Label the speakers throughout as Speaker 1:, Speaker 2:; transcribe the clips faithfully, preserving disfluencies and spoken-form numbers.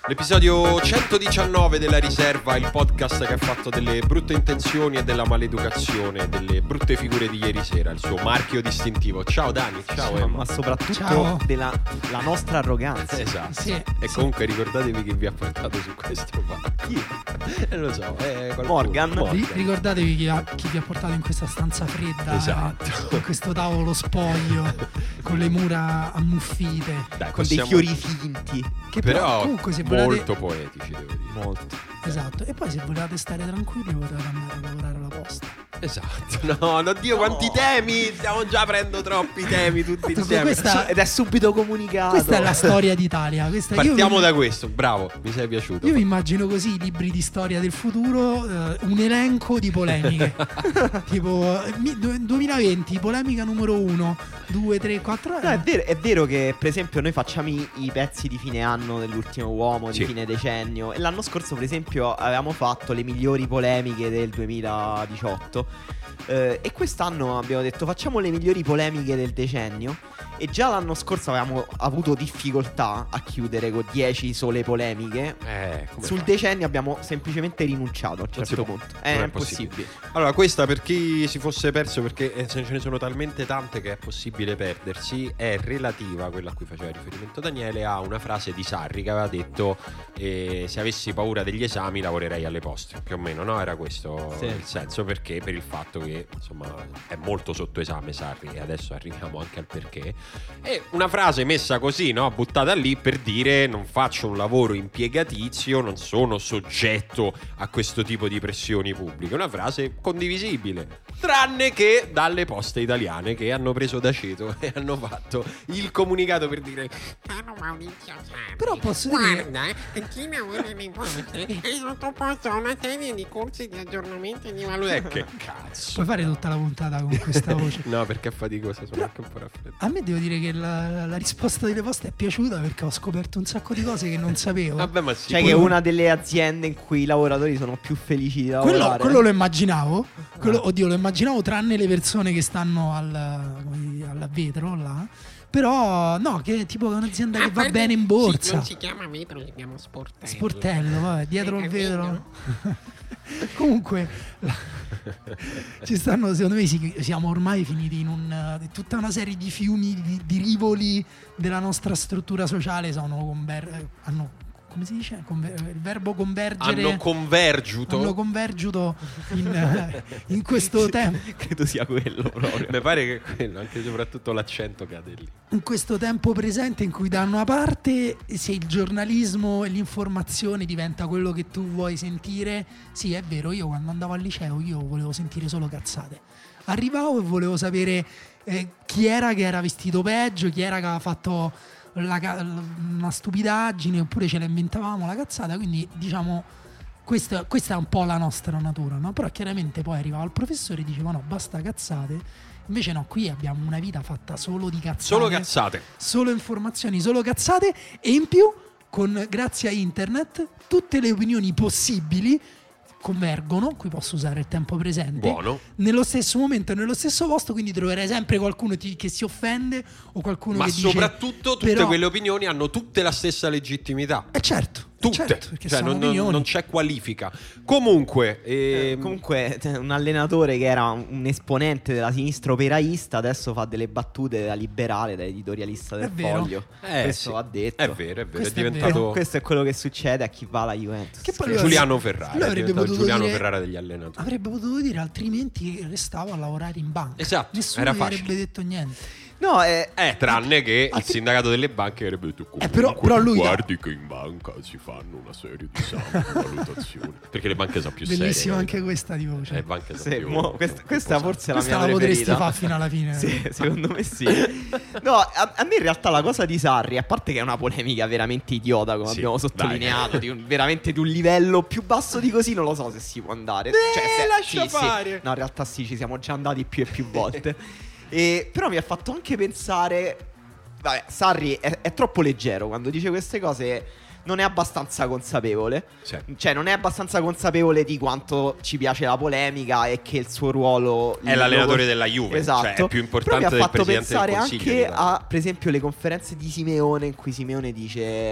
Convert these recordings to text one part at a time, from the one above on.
Speaker 1: L'episodio centodiciannove della Riserva, il podcast che ha fatto delle brutte intenzioni e della maleducazione, delle brutte figure di ieri sera, il suo marchio distintivo. Ciao Dani, ciao, ciao Emma.
Speaker 2: Ma soprattutto
Speaker 3: ciao.
Speaker 2: della la nostra arroganza.
Speaker 1: Esatto.
Speaker 3: Sì,
Speaker 1: e
Speaker 3: sì.
Speaker 1: comunque ricordatevi chi vi ha portato su questo palco. Io non lo so, è
Speaker 2: Morgan.
Speaker 3: Ri- ricordatevi chi, ha, chi vi ha portato in questa stanza fredda,
Speaker 1: esatto.
Speaker 3: in questo tavolo spoglio con le mura ammuffite,
Speaker 1: Dai,
Speaker 2: con
Speaker 1: possiamo...
Speaker 2: dei fiori finti.
Speaker 3: che
Speaker 1: però,
Speaker 3: però comunque se volete...
Speaker 1: molto poetici, devo dire.
Speaker 2: Molto.
Speaker 3: Esatto. E poi se volevate stare tranquilli potete andare a lavorare alla posta.
Speaker 1: Esatto. No, no, Dio, quanti
Speaker 2: No.
Speaker 1: temi! Stiamo già aprendo troppi temi tutti
Speaker 3: Tanto
Speaker 1: insieme.
Speaker 3: questa-
Speaker 2: Ed è subito comunicato.
Speaker 3: Questa è la storia d'Italia. Questa, io
Speaker 1: Partiamo
Speaker 3: vi-
Speaker 1: da questo, bravo, mi sei piaciuto.
Speaker 3: Io mi immagino così i libri di storia del futuro, eh, un elenco di polemiche. Tipo eh, mi- du- duemilaventi, polemica numero uno, due, tre, quattro.
Speaker 2: No, è vero, è vero che per esempio noi facciamo i, i pezzi di fine anno dell'ultimo uomo,
Speaker 1: Sì.
Speaker 2: di fine decennio. E l'anno scorso per esempio avevamo fatto le migliori polemiche del duemiladiciotto. Eh, e quest'anno abbiamo detto facciamo le migliori polemiche del decennio. E già l'anno scorso avevamo avuto difficoltà a chiudere con dieci sole polemiche.
Speaker 1: Eh, come
Speaker 2: Sul
Speaker 1: fai?
Speaker 2: decennio abbiamo semplicemente rinunciato a un
Speaker 1: Non si
Speaker 2: certo
Speaker 1: può.
Speaker 2: punto.
Speaker 1: Non
Speaker 2: È
Speaker 1: è
Speaker 2: impossibile.
Speaker 1: Allora, questa per chi si fosse perso, perché eh, ce ne sono talmente tante che è possibile perdersi, è relativa, quella a cui faceva riferimento Daniele, a una frase di Sarri che aveva detto eh, se avessi paura degli esami lavorerei alle poste, più o meno, no? Era questo
Speaker 2: Sì.
Speaker 1: il senso, perché per il fatto che insomma è molto sotto esame Sarri, e adesso arriviamo anche al perché. E una frase messa così, no? Buttata lì per dire non faccio un lavoro impiegatizio, non sono soggetto a questo tipo di pressioni pubbliche. Una frase condivisibile, tranne che dalle poste italiane, che hanno preso d'aceto e hanno fatto il comunicato per dire
Speaker 4: Caro Maurizio Sarri,
Speaker 3: Però posso dire-
Speaker 4: guarda, eh, chi lavora nelle poste è sottoposto a una serie di corsi di aggiornamento e di
Speaker 1: eh,
Speaker 4: valutazione.
Speaker 1: che cazzo.
Speaker 3: Puoi fare tutta la puntata con questa voce.
Speaker 1: No, perché è faticosa, sono anche un po' raffreddato.
Speaker 3: A me devo dire che la, la risposta delle poste è piaciuta perché ho scoperto un sacco di cose che non sapevo.
Speaker 1: Vabbè, ma sì,
Speaker 2: Cioè che è una delle aziende in cui i lavoratori sono più felici di lavorare.
Speaker 3: Quello, quello lo immaginavo. Quello, oddio, lo immaginavo tranne le persone che stanno al, come dire, al vetro là. Però, no, che è tipo un'azienda che
Speaker 4: A
Speaker 3: va
Speaker 4: parte-
Speaker 3: bene in
Speaker 4: sì,
Speaker 3: borsa.
Speaker 4: non si chiama vetro, si chiama sportello.
Speaker 3: Sportello, vabbè, dietro
Speaker 4: Hai
Speaker 3: il
Speaker 4: capito?
Speaker 3: vetro. Comunque, la- ci stanno, secondo me, si- siamo ormai finiti in un, uh, tutta una serie di fiumi, di, di rivoli della nostra struttura sociale. Sono conver- hanno, come si dice? Conver- il verbo convergere.
Speaker 1: hanno convergiuto.
Speaker 3: hanno convergiuto in, eh, in questo tempo.
Speaker 2: Credo sia quello proprio.
Speaker 1: Mi pare che quello, anche soprattutto l'accento cade lì.
Speaker 3: In questo tempo presente in cui da una parte se il giornalismo e l'informazione diventa quello che tu vuoi sentire, sì è vero, io quando andavo al liceo io volevo sentire solo cazzate, arrivavo e volevo sapere eh, chi era che era vestito peggio, chi era che aveva fatto la ca- una stupidaggine oppure ce la inventavamo la cazzata, quindi diciamo questa, questa è un po' la nostra natura, no? Però chiaramente poi arrivava il professore e diceva no, basta cazzate. Invece no, qui abbiamo una vita fatta solo di cazzate.
Speaker 1: Solo cazzate.
Speaker 3: Solo informazioni, solo cazzate. E in più, con, grazie a internet, tutte le opinioni possibili convergono. Qui posso usare il tempo presente.
Speaker 1: Buono.
Speaker 3: Nello stesso momento e nello stesso posto. Quindi troverai sempre qualcuno ti- che si offende o qualcuno
Speaker 1: Ma
Speaker 3: che dice
Speaker 1: soprattutto tutte
Speaker 3: però-
Speaker 1: quelle opinioni hanno tutte la stessa legittimità.
Speaker 3: Eh certo.
Speaker 1: Tutte,
Speaker 3: certo, perché
Speaker 1: cioè
Speaker 3: sono
Speaker 1: non, non-
Speaker 3: opinioni.
Speaker 1: non c'è qualifica. Comunque,
Speaker 2: Eh,
Speaker 1: ehm,
Speaker 2: comunque cioè, un allenatore che era un esponente della sinistra operaista adesso fa delle battute da liberale, da editorialista del
Speaker 3: È vero.
Speaker 2: Foglio.
Speaker 1: eh,
Speaker 2: Questo
Speaker 1: sì,
Speaker 2: va detto.
Speaker 1: È vero, è vero,
Speaker 3: Questo
Speaker 1: è
Speaker 3: è
Speaker 1: diventato
Speaker 3: vero.
Speaker 2: Questo è quello che succede a chi va alla Juventus.
Speaker 3: Che poi
Speaker 2: Sì.
Speaker 3: lui-
Speaker 1: Giuliano Ferrara.
Speaker 3: lui
Speaker 1: È
Speaker 3: avrebbe
Speaker 1: diventato
Speaker 3: potuto
Speaker 1: Giuliano
Speaker 3: dire-
Speaker 1: Ferrara degli allenatori.
Speaker 3: Avrebbe potuto dire altrimenti restavo a lavorare in banca.
Speaker 1: Esatto,
Speaker 3: Nessuno
Speaker 1: era
Speaker 3: gli
Speaker 1: facile.
Speaker 3: avrebbe detto niente.
Speaker 2: No, è,
Speaker 1: Eh, tranne che il
Speaker 3: Altri-
Speaker 1: sindacato delle banche avrebbe detto comunque,
Speaker 3: Eh, però- però lui-
Speaker 1: guardi che in banca si fanno una serie di esami, di valutazioni. Perché le banche sono più serie.
Speaker 3: Bellissima
Speaker 1: no?
Speaker 3: anche questa di voce.
Speaker 1: Le banche sono
Speaker 2: sì,
Speaker 1: più,
Speaker 2: mo-
Speaker 1: più-
Speaker 2: questa,
Speaker 1: più
Speaker 2: questa
Speaker 1: posate.
Speaker 2: forse è la
Speaker 3: Questa
Speaker 2: mia
Speaker 3: la potresti
Speaker 2: preferita.
Speaker 3: fare fino alla fine.
Speaker 2: Sì, secondo me sì. No, a, a me in realtà la cosa di Sarri, a parte che è una polemica veramente idiota, come
Speaker 1: Sì,
Speaker 2: abbiamo
Speaker 1: dai.
Speaker 2: sottolineato, di un- veramente di un livello più basso di così, non lo so se si può andare.
Speaker 1: Eh,
Speaker 2: se-
Speaker 1: lascia
Speaker 2: sì, sì.
Speaker 1: fare.
Speaker 2: No, in realtà sì, ci siamo già andati più e più volte. E, però mi ha fatto anche pensare. Vabbè, Sarri è, è troppo leggero quando dice queste cose. Non è abbastanza consapevole.
Speaker 1: Sì.
Speaker 2: Cioè, non è abbastanza consapevole di quanto ci piace la polemica e che il suo ruolo
Speaker 1: È l'allenatore della Juve,
Speaker 2: esatto.
Speaker 1: cioè è più importante
Speaker 2: Però mi
Speaker 1: del
Speaker 2: ha fatto
Speaker 1: Presidente del
Speaker 2: pensare
Speaker 1: Consiglio
Speaker 2: anche
Speaker 1: in Italia.
Speaker 2: a, per esempio, le conferenze di Simeone in cui Simeone dice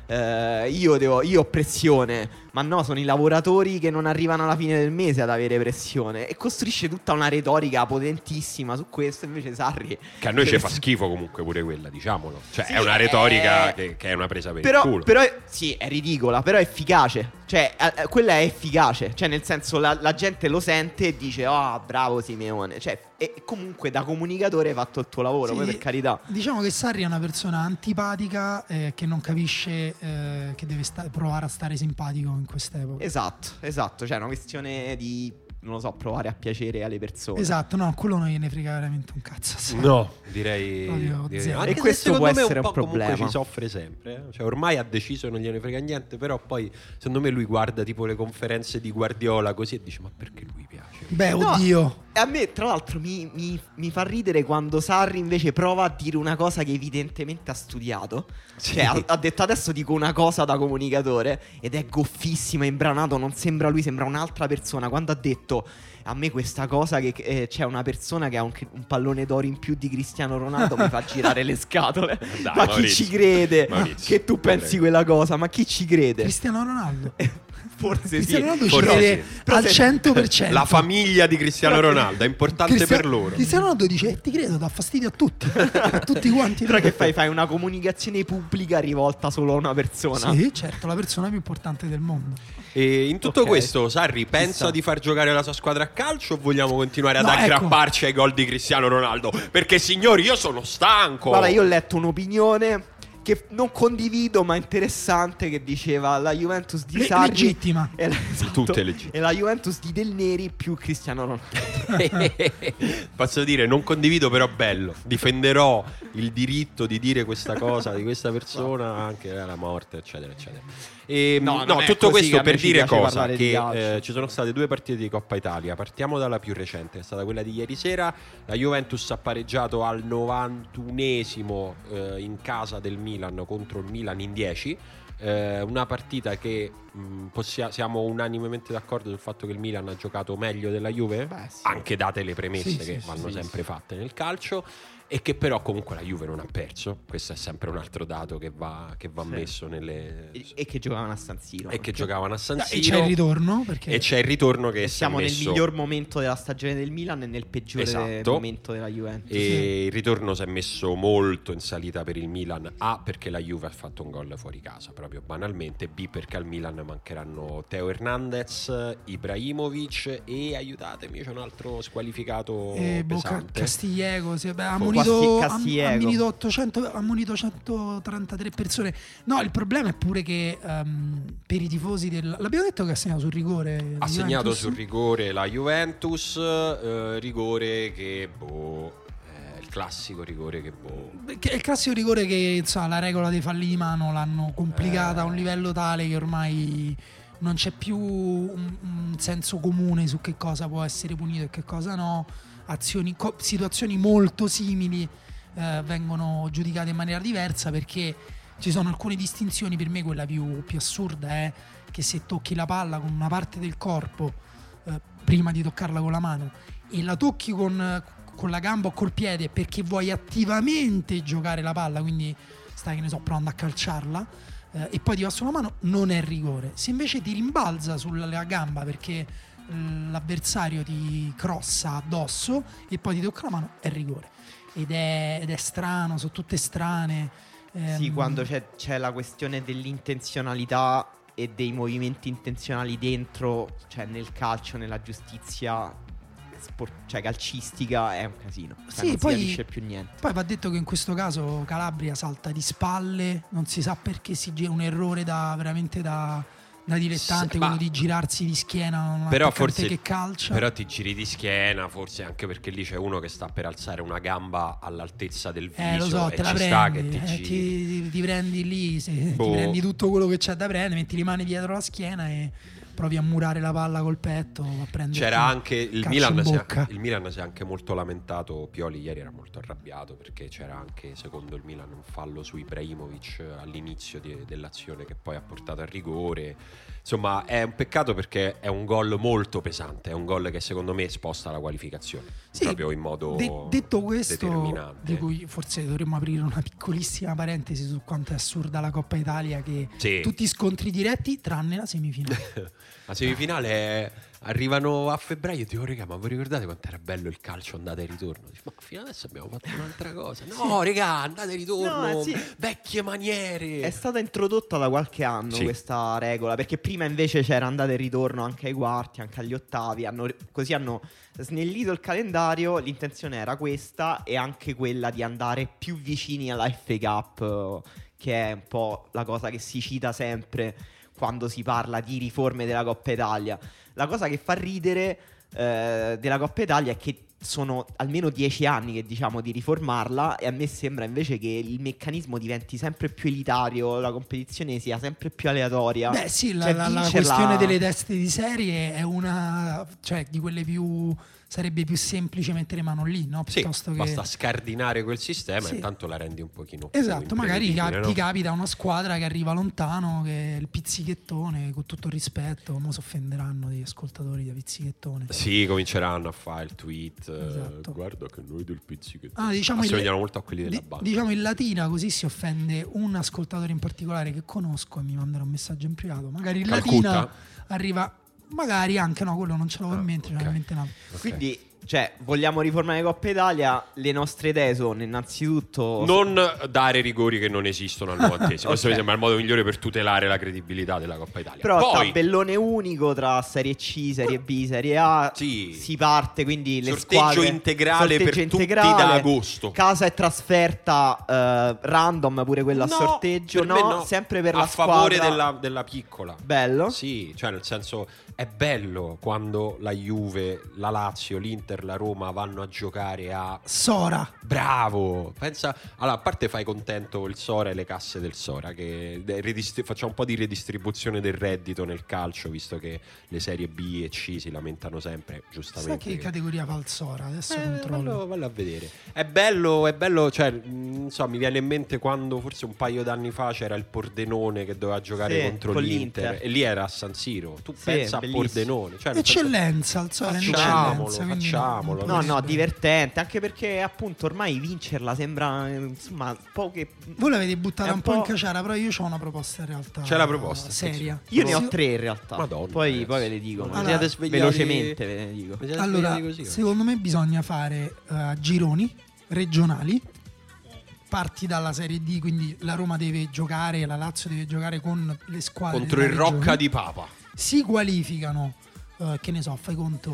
Speaker 2: eh, io, devo, io ho pressione. Ma no, sono i lavoratori che non arrivano alla fine del mese ad avere pressione. E costruisce tutta una retorica potentissima su questo. Invece Sarri,
Speaker 1: che a noi ci fa schifo comunque pure quella, diciamolo. Cioè
Speaker 2: sì,
Speaker 1: è una retorica
Speaker 2: è...
Speaker 1: che, che è una presa per
Speaker 2: però,
Speaker 1: il culo.
Speaker 2: Però è, sì, è ridicola, però è efficace. Cioè eh, quella è efficace. Cioè nel senso la, la gente lo sente e dice oh bravo Simeone. Cioè e comunque da comunicatore hai fatto il tuo lavoro,
Speaker 3: Sì,
Speaker 2: poi per carità.
Speaker 3: Diciamo che Sarri è una persona antipatica eh, che non capisce eh, che deve sta- provare a stare simpatico in quest'epoca.
Speaker 2: Esatto, esatto. Cioè è una questione di, non lo so, provare a piacere alle persone.
Speaker 3: Esatto, no, quello non gliene frega veramente un cazzo. Sì.
Speaker 1: No, direi,
Speaker 3: Proprio
Speaker 1: direi
Speaker 3: zero.
Speaker 1: anche
Speaker 2: E
Speaker 1: se
Speaker 2: questo
Speaker 1: secondo
Speaker 2: può
Speaker 1: me
Speaker 2: essere
Speaker 1: un po'
Speaker 2: un problema.
Speaker 1: comunque ci soffre sempre, eh. Cioè ormai ha deciso e non gliene frega niente. Però poi secondo me lui guarda tipo le conferenze di Guardiola così e dice ma perché lui piace?
Speaker 3: Beh,
Speaker 2: No,
Speaker 3: oddio.
Speaker 2: a me tra l'altro mi, mi- mi fa ridere quando Sarri invece prova a dire una cosa che evidentemente ha studiato.
Speaker 1: Sì.
Speaker 2: Cioè ha, ha detto adesso dico una cosa da comunicatore ed è goffissima, è imbranato, non sembra lui, sembra un'altra persona. Quando ha detto a me questa cosa che eh, c'è una persona che ha un, un pallone d'oro in più di Cristiano Ronaldo mi fa girare le scatole.
Speaker 1: Dai,
Speaker 2: ma
Speaker 1: Maurizio,
Speaker 2: chi ci crede
Speaker 1: Maurizio,
Speaker 2: che tu pensi
Speaker 1: prego.
Speaker 2: quella cosa? Ma chi ci crede?
Speaker 3: Cristiano Ronaldo.
Speaker 2: Forse sì.
Speaker 3: Cristiano Ronaldo ci
Speaker 1: Forse
Speaker 3: crede
Speaker 1: sì.
Speaker 2: Però
Speaker 3: al
Speaker 2: se-
Speaker 3: cento per cento.
Speaker 1: La famiglia di Cristiano Ronaldo è importante
Speaker 3: Cristia-
Speaker 1: per loro.
Speaker 3: Cristiano Ronaldo dice "Eh, ti credo, dà fastidio a tutti. A tutti quanti.
Speaker 2: Però che fai? Fai una comunicazione pubblica rivolta solo a una persona.
Speaker 3: Sì, certo, la persona più importante del mondo.
Speaker 1: E in tutto
Speaker 2: Ok.
Speaker 1: questo Sarri pensa
Speaker 2: Chissà.
Speaker 1: di far giocare la sua squadra a calcio o vogliamo continuare ad
Speaker 3: No, ecco.
Speaker 1: aggrapparci ai gol di Cristiano Ronaldo? Perché signori io sono stanco.
Speaker 2: Guarda, io ho letto un'opinione che non condivido, ma interessante, che diceva la Juventus di
Speaker 3: Le-
Speaker 2: Sarri
Speaker 3: legittima.
Speaker 2: è la, esatto,
Speaker 1: Tutte legittime.
Speaker 2: è la Juventus di Del Neri più Cristiano Ronaldo.
Speaker 1: Posso dire, non condivido, però bello. Difenderò il diritto di dire questa cosa di questa persona anche alla morte, eccetera, eccetera. E,
Speaker 2: No,
Speaker 1: no,
Speaker 2: non è
Speaker 1: tutto
Speaker 2: così,
Speaker 1: questo
Speaker 2: che a
Speaker 1: per
Speaker 2: me ci
Speaker 1: dire
Speaker 2: piace
Speaker 1: cosa?
Speaker 2: parlare di
Speaker 1: Che
Speaker 2: calcio.
Speaker 1: eh, ci sono state due partite di Coppa Italia. Partiamo dalla più recente, è stata quella di ieri sera. La Juventus ha pareggiato al novantunesimo eh, in casa del Milan contro il Milan in dieci. Eh, una partita che mh, possia- siamo unanimemente d'accordo sul fatto che il Milan ha giocato meglio della Juve,
Speaker 2: Beh, sì.
Speaker 1: anche date le premesse
Speaker 3: Sì,
Speaker 1: che
Speaker 3: sì,
Speaker 1: vanno
Speaker 2: sì,
Speaker 1: sempre
Speaker 2: sì.
Speaker 1: fatte nel calcio, e che però comunque la Juve non ha perso. Questo è sempre un altro dato che va, che va
Speaker 2: Sì.
Speaker 1: messo nelle...
Speaker 2: E, e che giocavano a San Siro.
Speaker 1: e che
Speaker 2: anche.
Speaker 1: giocavano a San
Speaker 3: E
Speaker 1: Siro,
Speaker 3: c'è il ritorno perché
Speaker 1: e c'è il ritorno che
Speaker 2: E
Speaker 1: si è
Speaker 2: siamo nel
Speaker 1: messo-
Speaker 2: miglior momento della stagione del Milan e nel peggiore
Speaker 1: Esatto.
Speaker 2: momento della Juventus.
Speaker 1: E il ritorno si è messo molto in salita per il Milan. A, perché la Juve ha fatto un gol fuori casa, proprio banalmente. B, perché al Milan mancheranno Teo Hernandez, Ibrahimovic e, aiutatemi, c'è un altro squalificato
Speaker 3: eh, boh, Ca-
Speaker 1: pesante.
Speaker 3: Castiglieco sì, beh, ha
Speaker 2: Quasti-
Speaker 3: ammonito, ha- ha
Speaker 2: Castiglieco.
Speaker 3: ammonito ottocento, ha ammonito centotrantatré persone. No, il problema è pure che ehm, per i tifosi del... L'abbiamo detto che ha segnato sul rigore
Speaker 1: Ha
Speaker 3: la
Speaker 1: segnato
Speaker 3: Juventus?
Speaker 1: sul rigore la Juventus, eh, rigore che boh, è il classico rigore che boh.
Speaker 3: Che è il classico rigore che insomma, la regola dei falli di mano l'hanno complicata a un livello tale che ormai non c'è più un, un senso comune su che cosa può essere punito e che cosa no. Azioni, co- situazioni molto simili eh, vengono giudicate in maniera diversa, perché ci sono alcune distinzioni. Per me quella più, più assurda è che se tocchi la palla con una parte del corpo eh, prima di toccarla con la mano e la tocchi con, con la gamba o col piede perché vuoi attivamente giocare la palla, quindi stai, che ne so, provando a calciarla, eh, e poi ti va sulla mano, non è rigore. Se invece ti rimbalza sulla gamba perché eh, l'avversario ti crossa addosso e poi ti tocca la mano, è rigore. Ed è, ed è strano, sono tutte strane.
Speaker 2: Sì,
Speaker 3: ehm,
Speaker 2: quando c'è, c'è la questione dell'intenzionalità e dei movimenti intenzionali dentro, cioè nel calcio, nella giustizia sport- cioè calcistica, è un casino. Cioè,
Speaker 3: Sì,
Speaker 2: non
Speaker 3: poi-
Speaker 2: si capisce più niente.
Speaker 3: Poi va detto che in questo caso Calabria salta di spalle, non si sa perché, si gira un errore da veramente da, da dilettante,
Speaker 1: Sì,
Speaker 3: quello
Speaker 1: ma-
Speaker 3: di girarsi di schiena a un
Speaker 1: Però
Speaker 3: attaccante
Speaker 1: forse
Speaker 3: che calcia.
Speaker 1: Però ti giri di schiena, forse anche perché lì c'è uno che sta per alzare una gamba all'altezza del viso,
Speaker 3: Eh, lo so,
Speaker 1: e
Speaker 3: te la
Speaker 1: ci sta che
Speaker 3: prendi,
Speaker 1: ti
Speaker 3: eh,
Speaker 1: giri.
Speaker 3: ti, ti prendi lì, se,
Speaker 1: Boh.
Speaker 3: ti prendi tutto quello che c'è da prendere, metti le mani dietro la schiena e provi a murare la palla col petto, a prendere.
Speaker 1: C'era anche il
Speaker 3: calcio
Speaker 1: Milan,
Speaker 3: in
Speaker 1: si è,
Speaker 3: bocca.
Speaker 1: il Milan si è anche molto lamentato. Pioli ieri era molto arrabbiato perché c'era anche, secondo il Milan, un fallo su Ibrahimovic all'inizio di, dell'azione che poi ha portato a rigore. Insomma, è un peccato perché è un gol molto pesante, è un gol che secondo me sposta la qualificazione,
Speaker 3: Sì,
Speaker 1: proprio in modo
Speaker 3: de- detto questo,
Speaker 1: determinante.
Speaker 3: di cui forse dovremmo aprire una piccolissima parentesi su quanto è assurda la Coppa Italia, che
Speaker 1: Sì.
Speaker 3: tutti scontri diretti tranne la semifinale.
Speaker 1: La semifinale è- arrivano a febbraio e dico, regà, ma vi ricordate quanto era bello il calcio andata e ritorno? Dico, ma fino adesso abbiamo fatto un'altra cosa. No, regà, andata e ritorno,
Speaker 2: No, sì.
Speaker 1: vecchie maniere.
Speaker 2: È stata introdotta da qualche anno
Speaker 1: Sì.
Speaker 2: questa regola, perché prima invece c'era andata e ritorno anche ai quarti, anche agli ottavi, hanno- così hanno snellito il calendario. L'intenzione era questa e anche quella di andare più vicini alla F A Cup, eh, che è un po' la cosa che si cita sempre quando si parla di riforme della Coppa Italia. La cosa che fa ridere eh, della Coppa Italia è che sono almeno dieci anni che diciamo di riformarla, e a me sembra invece che il meccanismo diventi sempre più elitario, la competizione sia sempre più aleatoria.
Speaker 3: Beh sì, la,
Speaker 2: Cioè,
Speaker 3: la- la
Speaker 2: vincerla-
Speaker 3: questione delle teste di serie è una, cioè di quelle più, sarebbe più semplice mettere mano lì, no?
Speaker 1: Sì,
Speaker 3: Piuttosto che...
Speaker 1: basta scardinare quel sistema
Speaker 3: Sì.
Speaker 1: e intanto la rendi un pochino più
Speaker 3: Esatto, magari
Speaker 1: imprevedibile,
Speaker 3: ca-
Speaker 1: no?
Speaker 3: ti capita una squadra che arriva lontano, che è il pizzichettone, con tutto il rispetto, mo si offenderanno degli ascoltatori di pizzichettone.
Speaker 1: Sì, cominceranno a fare il tweet, eh,
Speaker 3: Esatto.
Speaker 1: guarda che noi del pizzichettone
Speaker 3: Ah, diciamo il-
Speaker 1: assomigliano molto a quelli della
Speaker 3: Di-
Speaker 1: banca.
Speaker 3: diciamo in latina, così si offende un ascoltatore in particolare che conosco e mi manderà un messaggio in privato. Magari in
Speaker 1: Calcutta?
Speaker 3: latina arriva, magari anche no, quello non ce l'avevo
Speaker 1: Ah,
Speaker 3: in mente, ce
Speaker 1: ok.
Speaker 3: l'avevo in mente no.
Speaker 1: Ok.
Speaker 2: Quindi, cioè, vogliamo riformare Coppa Italia? Le nostre idee sono innanzitutto
Speaker 1: Non dare rigori che non esistono al novantesimo. Questo
Speaker 2: Ok.
Speaker 1: mi sembra il modo migliore per tutelare la credibilità della Coppa Italia.
Speaker 2: Però
Speaker 1: Poi
Speaker 2: tabellone unico tra Serie C, Serie B, Serie A.
Speaker 1: Sì.
Speaker 2: Si parte, quindi le
Speaker 1: Sorteggio
Speaker 2: squadre
Speaker 1: integrale per tutti
Speaker 2: integrale,
Speaker 1: da agosto.
Speaker 2: Casa e trasferta eh, random, pure quello a
Speaker 1: No,
Speaker 2: sorteggio.
Speaker 1: per me
Speaker 2: No,
Speaker 1: no.
Speaker 2: sempre per
Speaker 1: a
Speaker 2: la
Speaker 1: favore
Speaker 2: squadra.
Speaker 1: della, della piccola.
Speaker 2: Bello.
Speaker 1: Sì, cioè nel senso è bello quando la Juve, la Lazio, l'Inter, la Roma vanno a giocare a
Speaker 3: Sora.
Speaker 1: bravo. Pensa, allora, a parte fai contento il Sora e le casse del Sora, che de- redistri- facciamo un po' di redistribuzione del reddito nel calcio, visto che le serie B e C si lamentano sempre,
Speaker 3: Sai
Speaker 1: giustamente.
Speaker 3: che categoria fa il Sora? Adesso
Speaker 1: Eh,
Speaker 3: controllo.
Speaker 1: vallo, vallo a vedere. È bello, è bello, cioè, mh, non so, mi viene in mente quando forse un paio d'anni fa c'era il Pordenone che doveva giocare
Speaker 2: Sì,
Speaker 1: contro
Speaker 2: con
Speaker 1: l'Inter,
Speaker 2: l'Inter.
Speaker 1: e lì era a San Siro. Tu
Speaker 2: Sì,
Speaker 1: pensa a
Speaker 2: bellissimo.
Speaker 1: Pordenone, cioè, nel senso-
Speaker 3: Eccellenza, il Sora è
Speaker 1: Facciamolo,
Speaker 3: un'eccellenza. quindi no,
Speaker 1: facciamolo.
Speaker 3: non
Speaker 2: No, no,
Speaker 3: potrebbe-
Speaker 2: divertente. Anche perché, appunto, ormai vincerla sembra, eh, insomma, poche.
Speaker 3: Voi l'avete buttata
Speaker 2: È
Speaker 3: un
Speaker 2: un
Speaker 3: po' in
Speaker 2: po'-
Speaker 3: caciara, però io ho una proposta in realtà.
Speaker 1: C'è la proposta,
Speaker 3: seria.
Speaker 2: Io ne
Speaker 3: Sì.
Speaker 2: ho tre in realtà.
Speaker 1: Madonna,
Speaker 2: poi,
Speaker 1: ragazzi.
Speaker 2: poi ve le dico.
Speaker 1: Ma
Speaker 2: ma
Speaker 3: siete
Speaker 1: svegliati-
Speaker 2: velocemente ve ne dico.
Speaker 1: Mi siete
Speaker 3: Allora,
Speaker 1: svegliati così,
Speaker 3: secondo me bisogna fare eh, gironi regionali. Parti dalla Serie D, quindi la Roma deve giocare, la Lazio deve giocare con le squadre
Speaker 1: contro
Speaker 3: della
Speaker 1: il Rocca
Speaker 3: regione.
Speaker 1: di Papa.
Speaker 3: Si qualificano, eh, che ne so, fai conto,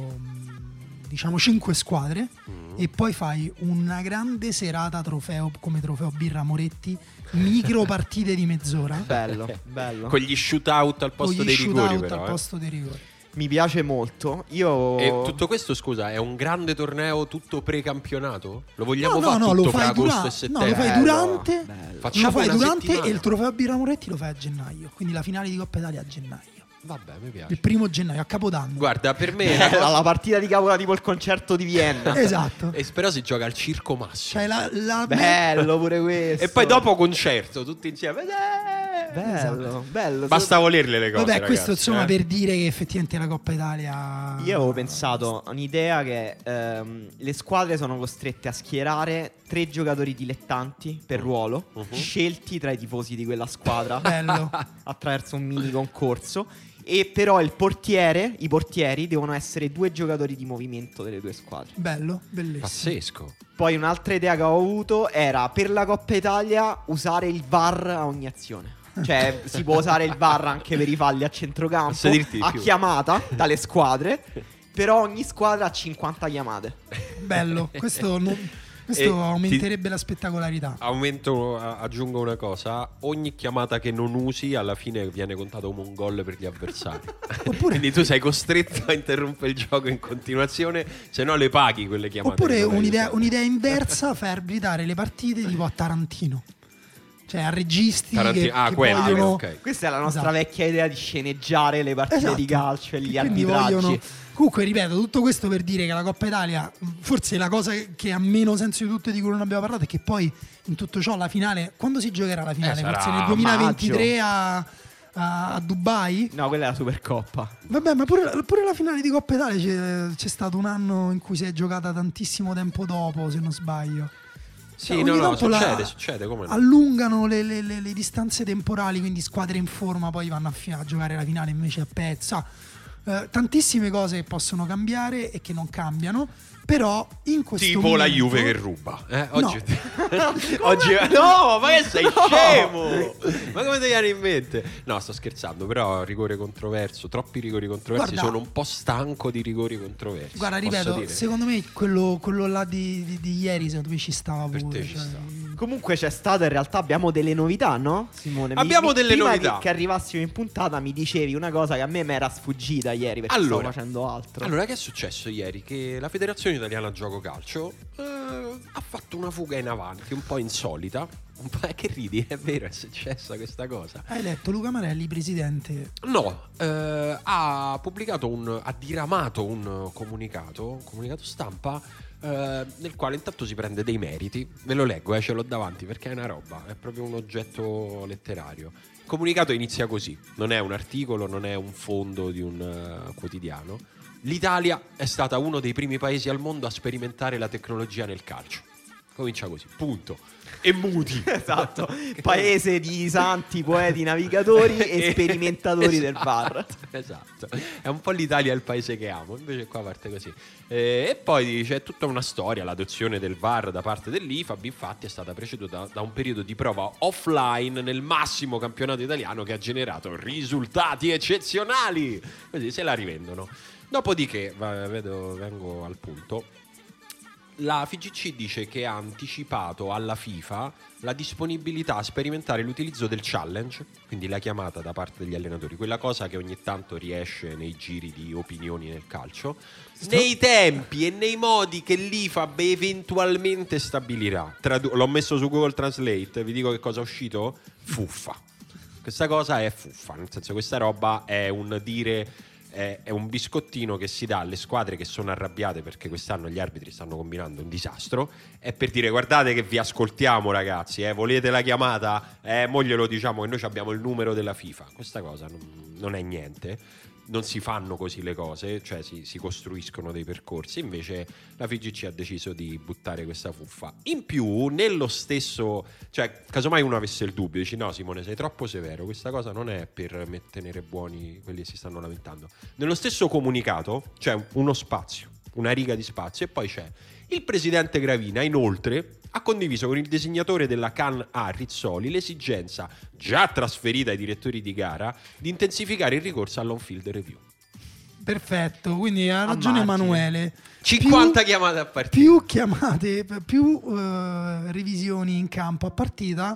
Speaker 3: mh, diciamo cinque squadre
Speaker 1: Mm.
Speaker 3: e poi fai una grande serata trofeo come trofeo Birra Moretti, micro partite di mezz'ora
Speaker 2: Bello, bello.
Speaker 1: Con gli shootout al
Speaker 3: con
Speaker 1: posto
Speaker 3: gli
Speaker 1: dei rigori,
Speaker 3: shootout
Speaker 1: però.
Speaker 3: al
Speaker 1: eh.
Speaker 3: posto dei rigori.
Speaker 2: Mi piace molto. Io.
Speaker 1: E tutto questo, scusa, è un grande torneo tutto precampionato? Lo vogliamo
Speaker 3: No, no,
Speaker 1: fare
Speaker 3: no,
Speaker 1: tutto
Speaker 3: lo
Speaker 1: fra
Speaker 3: fai,
Speaker 1: agosto
Speaker 3: dura-
Speaker 1: e
Speaker 3: no,
Speaker 1: settembre?
Speaker 3: lo fai
Speaker 2: Bello,
Speaker 3: durante,
Speaker 2: bello.
Speaker 1: Facciamo
Speaker 3: lo fai
Speaker 1: una
Speaker 3: durante
Speaker 1: settimana.
Speaker 3: e il trofeo Birra Moretti lo fai a gennaio, quindi la finale di Coppa Italia a gennaio,
Speaker 1: Vabbè, mi piace.
Speaker 3: il primo gennaio, a Capodanno.
Speaker 1: Guarda, per me è una
Speaker 2: Eh,
Speaker 1: cosa-
Speaker 2: la partita di Capodanno, tipo il concerto di Vienna.
Speaker 3: Esatto.
Speaker 1: E però si gioca al Circo Massimo.
Speaker 3: Cioè la, la
Speaker 2: Bello pure questo.
Speaker 1: E poi dopo concerto, tutti insieme. Eh!
Speaker 2: Bello, bello.
Speaker 1: Basta volerle le cose.
Speaker 3: Vabbè, questo
Speaker 1: ragazzi,
Speaker 3: insomma
Speaker 1: eh.
Speaker 3: per dire che effettivamente la Coppa Italia.
Speaker 2: Io avevo pensato a un'idea che ehm, le squadre sono costrette a schierare tre giocatori dilettanti per ruolo,
Speaker 1: Mhm.
Speaker 2: scelti tra i tifosi di quella squadra
Speaker 3: Bello.
Speaker 2: attraverso un mini concorso. E però il portiere, i portieri devono essere due giocatori di movimento delle due squadre.
Speaker 3: Bello, bellissimo.
Speaker 1: Pazzesco.
Speaker 2: Poi un'altra idea che ho avuto era per la Coppa Italia usare il V A R a ogni azione. Cioè si può usare il V A R anche per i falli a centrocampo,
Speaker 1: Posso dirti di
Speaker 2: a
Speaker 1: più?
Speaker 2: chiamata dalle squadre. Però ogni squadra ha cinquanta chiamate.
Speaker 3: Bello. Questo, non- questo
Speaker 1: E
Speaker 3: aumenterebbe la spettacolarità.
Speaker 1: Aumento, a- aggiungo una cosa: ogni chiamata che non usi alla fine viene contato come un gol per gli avversari.
Speaker 3: Oppure-
Speaker 1: Quindi tu sei costretto a interrompere il gioco in continuazione, se no le paghi quelle chiamate.
Speaker 3: Oppure
Speaker 1: che non hai
Speaker 3: un'idea,
Speaker 1: usato.
Speaker 3: un'idea inversa, far arbitrare le partite tipo a Tarantino. cioè a registi
Speaker 1: Tarantino-
Speaker 3: che,
Speaker 1: ah,
Speaker 3: che
Speaker 1: quelli,
Speaker 3: vogliono
Speaker 1: ok.
Speaker 2: Questa è la nostra
Speaker 3: Esatto.
Speaker 2: vecchia idea di sceneggiare le partite
Speaker 3: Esatto.
Speaker 2: di calcio e gli
Speaker 3: Che quindi
Speaker 2: arbitraggi.
Speaker 3: vogliono- Comunque ripeto, tutto questo per dire che la Coppa Italia, forse la cosa che ha meno senso di tutte di cui non abbiamo parlato è che poi in tutto ciò la finale, quando si giocherà la finale?
Speaker 1: Eh, sarà
Speaker 3: Forse nel
Speaker 1: a
Speaker 3: duemilaventitré a, a, a Dubai?
Speaker 2: No, quella è la Supercoppa.
Speaker 3: Vabbè, ma pure, pure la finale di Coppa Italia c'è, c'è stato un anno in cui si è giocata tantissimo tempo dopo, se non sbaglio.
Speaker 1: Sì,
Speaker 3: Ogni
Speaker 1: no, no,
Speaker 3: tanto la-
Speaker 1: succede, succede, come no.
Speaker 3: allungano le, le- le- le distanze temporali, quindi squadre in forma poi vanno a, fi- a giocare la finale invece a pezzo. Ah, eh, tantissime cose che possono cambiare e che non cambiano, però in questo
Speaker 1: Tipo
Speaker 3: momento,
Speaker 1: la Juve che ruba. Eh? Oggi... Oggi... No, ma che sei scemo? Ma come ti viene in mente? No, sto scherzando, però rigore controverso, troppi rigori controversi.
Speaker 3: Guarda-
Speaker 1: Sono un po' stanco di rigori controversi.
Speaker 3: Guarda,
Speaker 1: posso
Speaker 3: ripeto,
Speaker 1: dire.
Speaker 3: secondo me quello, quello là di, di- di ieri secondo me ci stava
Speaker 1: Per
Speaker 3: pure.
Speaker 1: te ci
Speaker 3: cioè,
Speaker 1: sta.
Speaker 2: Comunque c'è stato, in realtà abbiamo delle novità, no? Simone, Mi-
Speaker 1: Abbiamo
Speaker 2: mi-
Speaker 1: delle
Speaker 2: prima
Speaker 1: novità.
Speaker 2: Che, che arrivassimo in puntata mi dicevi una cosa che a me mi era sfuggita ieri perché
Speaker 1: Allora.
Speaker 2: stavo facendo altro.
Speaker 1: Allora, che è successo ieri? Che la Federazione Italiana Gioco Calcio eh, ha fatto una fuga in avanti, un po' insolita. Un po'... Che ridi? È vero, è successa questa cosa.
Speaker 3: Hai letto Luca Marelli, presidente?
Speaker 1: No, eh, ha pubblicato un, ha diramato un comunicato, un comunicato stampa eh, nel quale intanto si prende dei meriti. Ve lo leggo, eh, ce l'ho davanti perché è una roba, è proprio un oggetto letterario. Il comunicato inizia così, non è un articolo, non è un fondo di un uh, quotidiano. L'Italia è stata uno dei primi paesi al mondo a sperimentare la tecnologia nel calcio. Comincia così, punto. E muti.
Speaker 2: Esatto, paese di santi, poeti, navigatori e sperimentatori del V A R.
Speaker 1: Esatto, è un po' l'Italia il paese che amo, invece qua parte così. Eh, e poi c'è tutta una storia, l'adozione del V A R da parte dell'I F A B infatti è stata preceduta da, da un periodo di prova offline nel massimo campionato italiano che ha generato risultati eccezionali, così se la rivendono. Dopodiché, va, vedo, vengo al punto. La F I G C dice che ha anticipato alla FIFA la disponibilità a sperimentare l'utilizzo del challenge, quindi la chiamata da parte degli allenatori, quella cosa che ogni tanto riesce nei giri di opinioni nel calcio, nei tempi e nei modi che l'I F A B eventualmente stabilirà. Tradu- l'ho messo su Google Translate, vi dico che cosa è uscito? Fuffa. Questa cosa è fuffa, nel senso questa roba è un dire... è un biscottino che si dà alle squadre che sono arrabbiate perché quest'anno gli arbitri stanno combinando un disastro, è per dire guardate che vi ascoltiamo ragazzi, eh, volete la chiamata? Eh, mo glielo diciamo che noi abbiamo il numero della FIFA. Questa cosa non, non è niente, non si fanno così le cose, cioè si, si costruiscono dei percorsi, invece la F I G C ha deciso di buttare questa fuffa. In più, nello stesso, cioè casomai uno avesse il dubbio, dici no Simone sei troppo severo, questa cosa non è per tenere buoni quelli che si stanno lamentando. Nello stesso comunicato c'è uno spazio, una riga di spazio, e poi c'è il presidente Gravina, inoltre ha condiviso con il disegnatore della Can A Rizzoli l'esigenza, già trasferita ai direttori di gara, di intensificare il ricorso all'on-field review.
Speaker 3: Perfetto, quindi ha ragione
Speaker 2: margine.
Speaker 3: Emanuele.
Speaker 1: cinquanta
Speaker 3: Più-
Speaker 1: chiamate a partita.
Speaker 3: più chiamate, più eh, revisioni in campo a partita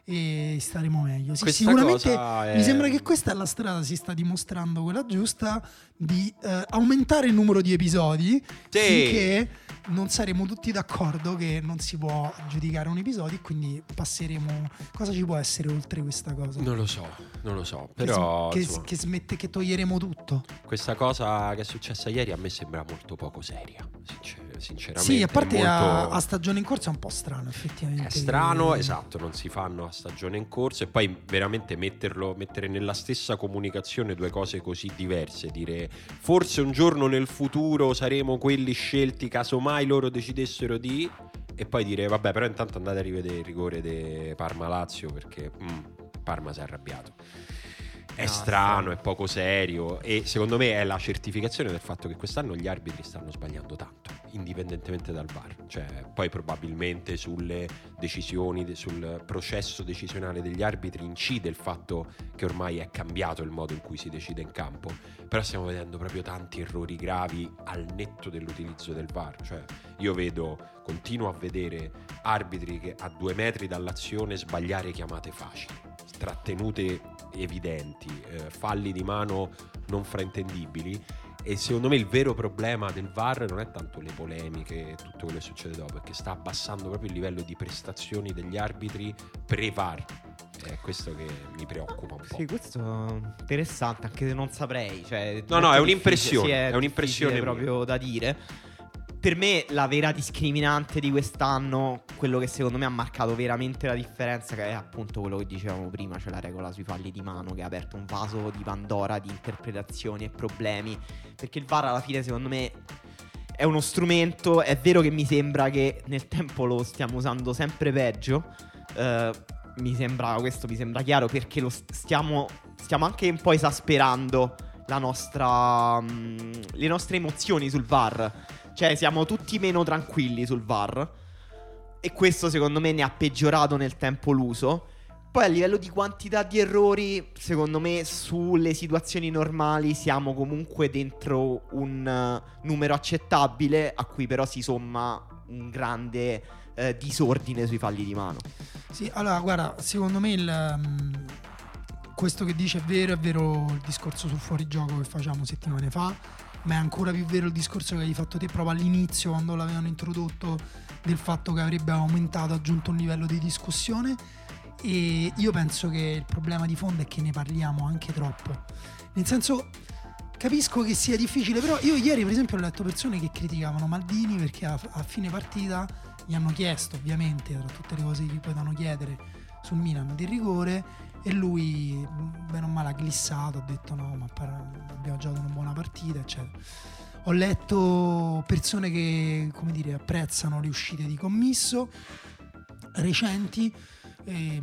Speaker 3: e staremo meglio. Sì,
Speaker 1: Questa
Speaker 3: sicuramente
Speaker 1: cosa è-
Speaker 3: mi sembra che questa è la strada, si sta dimostrando quella giusta, di eh, aumentare il numero di episodi
Speaker 1: Sì.
Speaker 3: finché non saremo tutti d'accordo che non si può giudicare un episodio, e quindi passeremo. Cosa ci può essere oltre questa cosa?
Speaker 1: Non lo so, non lo so,
Speaker 3: Che
Speaker 1: però
Speaker 3: s- che,
Speaker 1: insomma,
Speaker 3: che smette, che toglieremo tutto.
Speaker 1: questa cosa che è successa ieri a me sembra molto poco seria, sincer- sinceramente.
Speaker 3: Sì, a parte
Speaker 1: è molto...
Speaker 3: a, a stagione in corso è un po' strano, effettivamente.
Speaker 1: È strano,
Speaker 3: che-
Speaker 1: esatto, non si fanno a stagione in corso, e poi veramente metterlo, mettere nella stessa comunicazione due cose così diverse, dire forse un giorno nel futuro saremo quelli scelti casomai loro decidessero di, e poi dire vabbè però intanto andate a rivedere il rigore di Parma-Lazio perché mm, Parma si è arrabbiato. È
Speaker 2: No,
Speaker 1: strano,
Speaker 2: sì.
Speaker 1: è poco serio, e secondo me è la certificazione del fatto che quest'anno gli arbitri stanno sbagliando tanto, indipendentemente dal V A R. Cioè, poi probabilmente sulle decisioni, de- sul processo decisionale degli arbitri incide il fatto che ormai è cambiato il modo in cui si decide in campo, però stiamo vedendo proprio tanti errori gravi al netto dell'utilizzo del V A R. Cioè, io vedo, continuo a vedere arbitri che a due metri dall'azione sbagliare chiamate facili, trattenute evidenti, eh, falli di mano non fraintendibili, E secondo me il vero problema del V A R non è tanto le polemiche e tutto quello che succede dopo, perché sta abbassando proprio il livello di prestazioni degli arbitri pre-V A R. È questo che mi preoccupa un po'.
Speaker 2: Sì, questo è interessante, anche se non saprei. Cioè,
Speaker 1: No, no, è
Speaker 2: difficile,
Speaker 1: un'impressione,
Speaker 2: sì, è,
Speaker 1: è un'impressione
Speaker 2: difficile proprio da dire. Per me la vera discriminante di quest'anno, quello che secondo me ha marcato veramente la differenza, che è appunto quello che dicevamo prima, cioè la regola sui falli di mano, che ha aperto un vaso di Pandora di interpretazioni e problemi. Perché il V A R alla fine secondo me è uno strumento, è vero che mi sembra che nel tempo lo stiamo usando sempre peggio, eh, mi sembra, questo mi sembra chiaro, perché lo stiamo, stiamo anche un po' esasperando la nostra, mh, le nostre emozioni sul V A R. Cioè siamo tutti meno tranquilli sul V A R, e questo secondo me ne ha peggiorato nel tempo l'uso. Poi a livello di quantità di errori, secondo me sulle situazioni normali siamo comunque dentro un uh, numero accettabile, a cui però si somma un grande uh, disordine sui falli di mano.
Speaker 3: Sì, allora guarda, secondo me il, um, questo che dice è vero, è vero il discorso sul fuorigioco che facciamo settimane fa, ma è ancora più vero il discorso che hai fatto te proprio all'inizio, quando l'avevano introdotto, del fatto che avrebbe aumentato, aggiunto un livello di discussione. E io penso che il problema di fondo è che ne parliamo anche troppo. Nel senso, capisco che sia difficile, però io ieri per esempio ho letto persone che criticavano Maldini perché a, a fine partita gli hanno chiesto, ovviamente, tra tutte le cose che gli potevano chiedere sul Milan, del rigore, e lui bene o male ha glissato, ha detto no, ma abbiamo giocato una buona partita, eccetera. Ho letto persone che, come dire, apprezzano le uscite di Commisso recenti. E,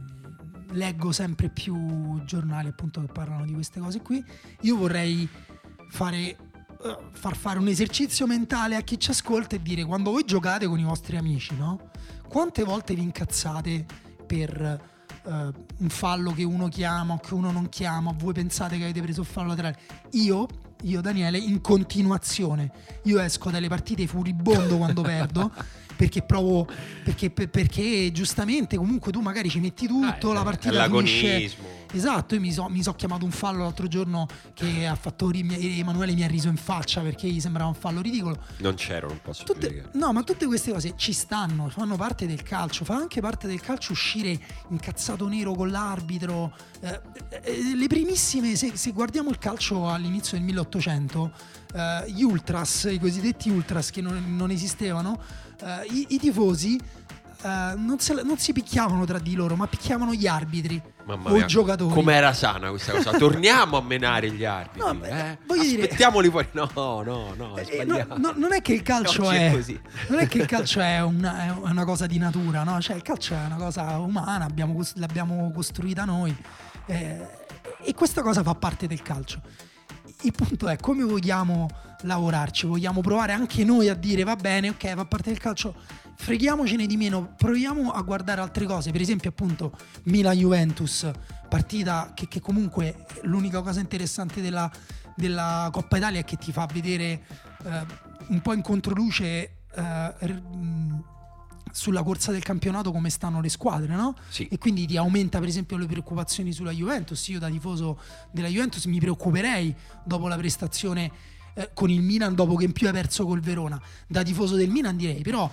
Speaker 3: mh, leggo sempre più giornali appunto che parlano di queste cose qui. Io vorrei fare uh, far fare un esercizio mentale a chi ci ascolta e dire: quando voi giocate con i vostri amici, no? Quante volte vi incazzate per uh, un fallo che uno chiama o che uno non chiama? Voi pensate che avete preso il fallo laterale? Io Io Daniele in continuazione. Io esco dalle partite furibondo quando perdo, perché provo perché, per, perché giustamente comunque tu magari ci metti tutto, ah, la partita finisce. Esatto, io mi so, mi so chiamato un fallo l'altro giorno che ha fatto Emanuele mi ha riso in faccia perché gli sembrava un fallo ridicolo.
Speaker 1: Non c'ero, non posso
Speaker 3: tutte, no, ma tutte queste cose ci stanno, fanno parte del calcio, fa anche parte del calcio uscire incazzato nero con l'arbitro. Eh, eh, le primissime, se, se guardiamo il calcio all'inizio del milleottocento, eh, gli ultras, i cosiddetti ultras che non, non esistevano, eh, i, i tifosi eh, non, se, non si picchiavano tra di loro, ma picchiavano gli arbitri.
Speaker 1: Mamma
Speaker 3: o
Speaker 1: mia,
Speaker 3: i giocatori.
Speaker 1: com'era sana questa cosa? Torniamo a menare gli arbitri.
Speaker 3: No, beh,
Speaker 1: eh?
Speaker 3: voglio dire-
Speaker 1: Aspettiamoli fuori. No, no, no, è
Speaker 3: Eh,
Speaker 1: sbagliato.
Speaker 3: no, no, non è che il calcio
Speaker 2: Oggi
Speaker 3: è,
Speaker 2: è così.
Speaker 3: non è che il calcio è una, è una cosa di natura, no? Cioè il calcio è una cosa umana, abbiamo, cos- l'abbiamo costruita noi, eh, e questa cosa fa parte del calcio. Il punto è come vogliamo lavorarci, vogliamo provare anche noi a dire va bene, ok, fa parte del calcio, freghiamocene di meno, proviamo a guardare altre cose, per esempio appunto Milan-Juventus, partita che, che comunque l'unica cosa interessante della, della Coppa Italia è che ti fa vedere eh, un po' in controluce eh, r- sulla corsa del campionato come stanno le squadre, no?
Speaker 1: Sì.
Speaker 3: E quindi ti aumenta per esempio le preoccupazioni sulla Juventus. Io da tifoso della Juventus mi preoccuperei dopo la prestazione eh, con il Milan, dopo che in più hai perso col Verona. Da tifoso del Milan direi però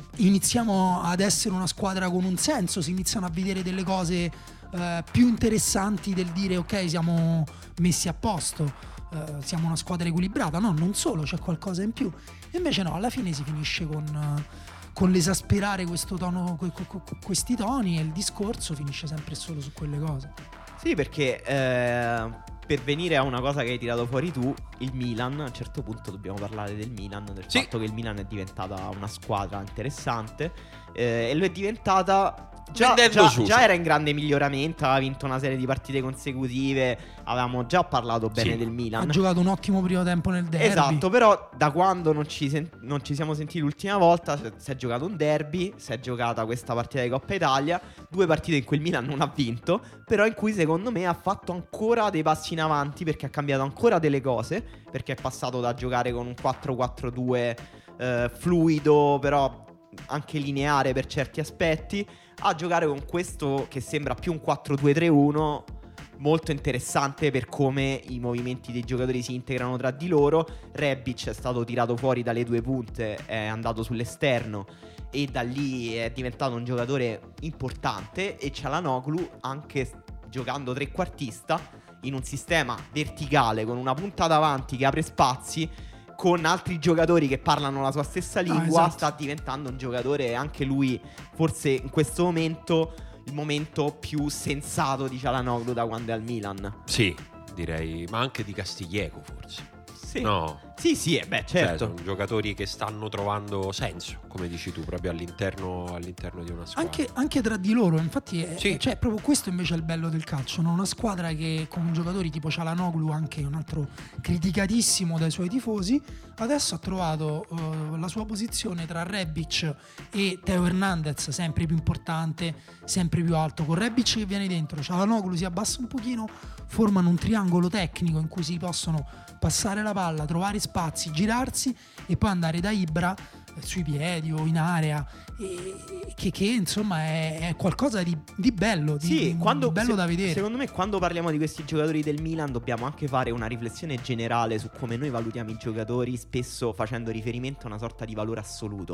Speaker 3: iniziamo ad essere una squadra con un senso, si iniziano a vedere delle cose eh, più interessanti del dire ok, siamo messi a posto, eh, siamo una squadra equilibrata. No, non solo, c'è qualcosa in più. E invece no, alla fine si finisce con... Eh, con l'esasperare questo tono, questi toni, e il discorso finisce sempre solo su quelle cose.
Speaker 2: Sì, perché eh, per venire a una cosa che hai tirato fuori tu, il Milan, a un certo punto dobbiamo parlare del Milan, del
Speaker 1: Sì.
Speaker 2: fatto che il Milan è diventata una squadra interessante, eh, e lo è diventata già,
Speaker 1: Vendendo
Speaker 2: già,
Speaker 1: su,
Speaker 2: già
Speaker 1: sì.
Speaker 2: era in grande miglioramento, aveva vinto una serie di partite consecutive, avevamo già parlato bene
Speaker 1: Sì.
Speaker 2: del
Speaker 3: Ha
Speaker 2: Milan.
Speaker 3: giocato un ottimo primo tempo nel derby.
Speaker 2: Esatto, però da quando non ci, sen- non ci siamo sentiti l'ultima volta si si è giocato un derby, si è giocata questa partita di Coppa Italia, due partite in cui il Milan non ha vinto, però in cui secondo me ha fatto ancora dei passi in avanti, perché ha cambiato ancora delle cose, perché è passato da giocare con un quattro quattro due eh, fluido, però anche lineare per certi aspetti, a giocare con questo che sembra più un quattro due tre uno molto interessante per come i movimenti dei giocatori si integrano tra di loro. Rebic è stato tirato fuori dalle due punte, è andato sull'esterno e da lì è diventato un giocatore importante. E Çalhanoğlu, anche giocando trequartista in un sistema verticale con una punta davanti che apre spazi, con altri giocatori che parlano la sua stessa lingua,
Speaker 3: ah, esatto.
Speaker 2: sta diventando un giocatore, anche lui forse in questo momento il momento più sensato di Çalhanoğlu da quando è al Milan.
Speaker 1: Sì, direi, ma anche di Castiglieco forse.
Speaker 2: Sì.
Speaker 1: No.
Speaker 2: Sì, sì, eh, beh, certo.
Speaker 1: Cioè, sono giocatori che stanno trovando senso, come dici tu, proprio all'interno, all'interno di una squadra.
Speaker 3: Anche, anche tra di loro, infatti, è,
Speaker 1: Sì.
Speaker 3: cioè, proprio questo invece è il bello del calcio, no? Una squadra che con giocatori tipo Çalhanoğlu, anche un altro criticatissimo dai suoi tifosi, adesso ha trovato uh, la sua posizione tra Rebic e Theo Hernandez, sempre più importante, sempre più alto. Con Rebic che viene dentro, Çalhanoğlu si abbassa un pochino, formano un triangolo tecnico in cui si possono passare la palla, trovare spazi, girarsi e poi andare da Ibra eh, sui piedi o in area, e, che, che insomma è, è qualcosa di, di bello, di,
Speaker 2: Sì,
Speaker 3: di
Speaker 2: quando,
Speaker 3: bello
Speaker 2: se-
Speaker 3: da vedere.
Speaker 2: Secondo me quando parliamo di questi giocatori del Milan dobbiamo anche fare una riflessione generale su come noi valutiamo i giocatori, spesso facendo riferimento a una sorta di valore assoluto.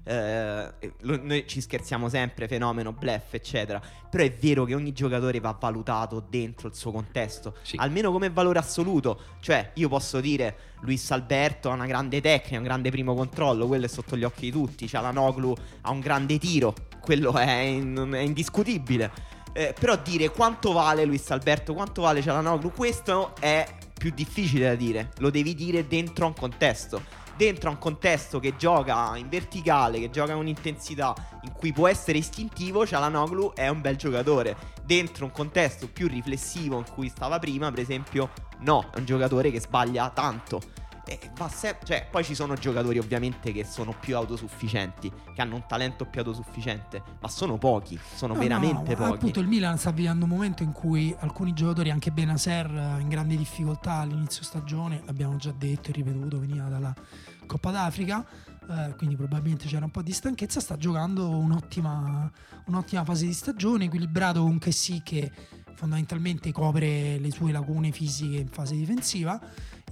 Speaker 2: Eh, lo- noi ci scherziamo sempre, fenomeno, bluff, eccetera. Però è vero che ogni giocatore va valutato dentro il suo contesto,
Speaker 1: Sì.
Speaker 2: almeno come valore assoluto. Cioè, io posso dire Luis Alberto ha una grande tecnica, un grande primo controllo, quello è sotto gli occhi di tutti. Çalhanoğlu ha un grande tiro, quello è, in- è indiscutibile. Eh, però dire quanto vale Luis Alberto, quanto vale Çalhanoğlu, questo è più difficile da dire. Lo devi dire dentro un contesto. Dentro un contesto che gioca in verticale, che gioca con un'intensità in cui può essere istintivo, Çalhanoğlu è un bel giocatore. Dentro un contesto più riflessivo in cui stava prima, per esempio, no, è un giocatore che sbaglia tanto. E va se- cioè, poi ci sono giocatori ovviamente che sono più autosufficienti, che hanno un talento più autosufficiente, ma sono pochi, sono
Speaker 3: No,
Speaker 2: veramente
Speaker 3: no,
Speaker 2: pochi.
Speaker 3: appunto il Milan sta vivendo un momento in cui alcuni giocatori, anche Benacer, in grandi difficoltà all'inizio stagione, l'abbiamo già detto e ripetuto, veniva dalla Coppa d'Africa, eh, quindi probabilmente c'era un po' di stanchezza. Sta giocando un'ottima, un'ottima fase di stagione, equilibrato con Kessie, che fondamentalmente copre le sue lacune fisiche in fase difensiva.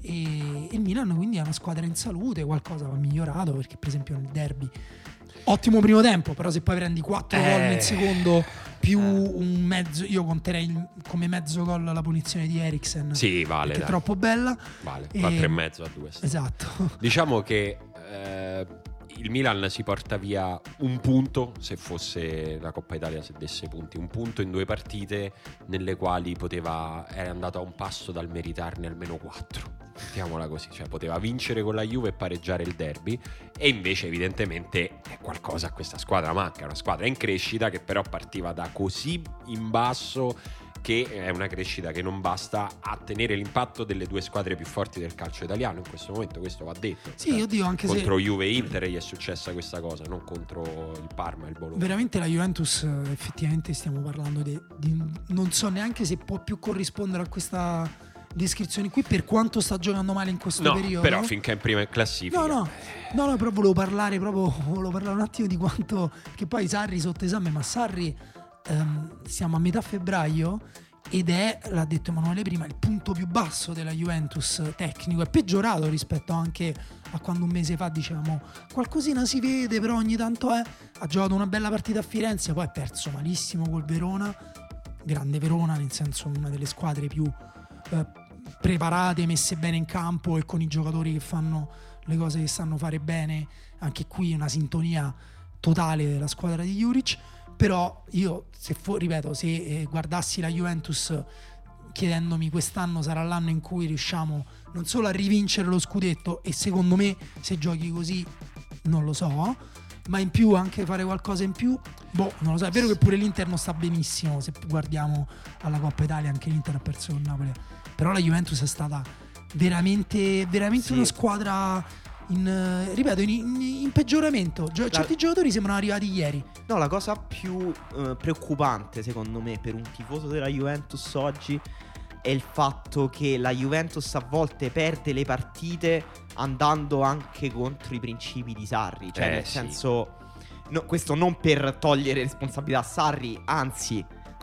Speaker 3: E il Milan quindi è una squadra in salute, qualcosa va migliorato, perché per esempio nel derby ottimo primo tempo, però se poi prendi quattro
Speaker 1: Eh.
Speaker 3: gol nel secondo più un mezzo, io conterei il- come mezzo gol la punizione di Eriksen,
Speaker 1: Sì, vale,
Speaker 3: che è
Speaker 1: dai.
Speaker 3: troppo bella.
Speaker 1: Vale,
Speaker 3: E-
Speaker 1: quattro e mezzo a due.
Speaker 3: Esatto.
Speaker 1: Diciamo che eh, il Milan si porta via un punto, se fosse la Coppa Italia, se desse punti, un punto in due partite nelle quali poteva, era andato a un passo dal meritarne almeno quattro, mettiamola così, cioè poteva vincere con la Juve e pareggiare il derby, e invece evidentemente è qualcosa a questa squadra manca, è una squadra in crescita che però partiva da così in basso, che è una crescita che non basta a tenere l'impatto delle due squadre più forti del calcio italiano in questo momento, questo va detto.
Speaker 3: Sì, io dico anche se
Speaker 1: Contro Juve e Inter gli è successa questa cosa, non contro il Parma e il Bologna.
Speaker 3: veramente la Juventus, eh, effettivamente stiamo parlando di, di non so neanche se può più corrispondere a questa descrizione qui, per quanto sta giocando male in questo
Speaker 1: No,
Speaker 3: periodo.
Speaker 1: però finché è in prima classifica.
Speaker 3: No, no, no, no, però volevo parlare proprio, volevo parlare un attimo di quanto, che poi Sarri sotto esame, ma Sarri ehm, siamo a metà febbraio ed è, l'ha detto Emanuele prima, il punto più basso della Juventus tecnico, è peggiorato rispetto anche a quando un mese fa dicevamo qualcosina si vede, però ogni tanto è, ha giocato una bella partita a Firenze, poi ha perso malissimo col Verona, grande Verona, nel senso una delle squadre più eh, preparate, messe bene in campo e con i giocatori che fanno le cose che sanno fare bene. Anche qui una sintonia totale della squadra di Juric. Però io, se fu, ripeto, se eh, guardassi la Juventus chiedendomi quest'anno sarà l'anno in cui riusciamo non solo a rivincere lo scudetto, e secondo me se giochi così non lo so, ma in più anche fare qualcosa in più, boh, non lo so. È vero che pure l'Inter non sta benissimo, se guardiamo alla Coppa Italia anche l'Inter ha perso con Napoli, però la Juventus è stata veramente veramente
Speaker 2: Sì.
Speaker 3: una squadra in, eh, ripeto, in, in- in peggioramento. Gio- certi giocatori sembrano arrivati ieri.
Speaker 2: No, la cosa più eh, preoccupante secondo me per un tifoso della Juventus oggi è il fatto che la Juventus a volte perde le partite andando anche contro i principi di Sarri. Cioè,
Speaker 1: Eh,
Speaker 2: nel
Speaker 1: sì.
Speaker 2: senso, no, questo non per togliere responsabilità a Sarri, anzi,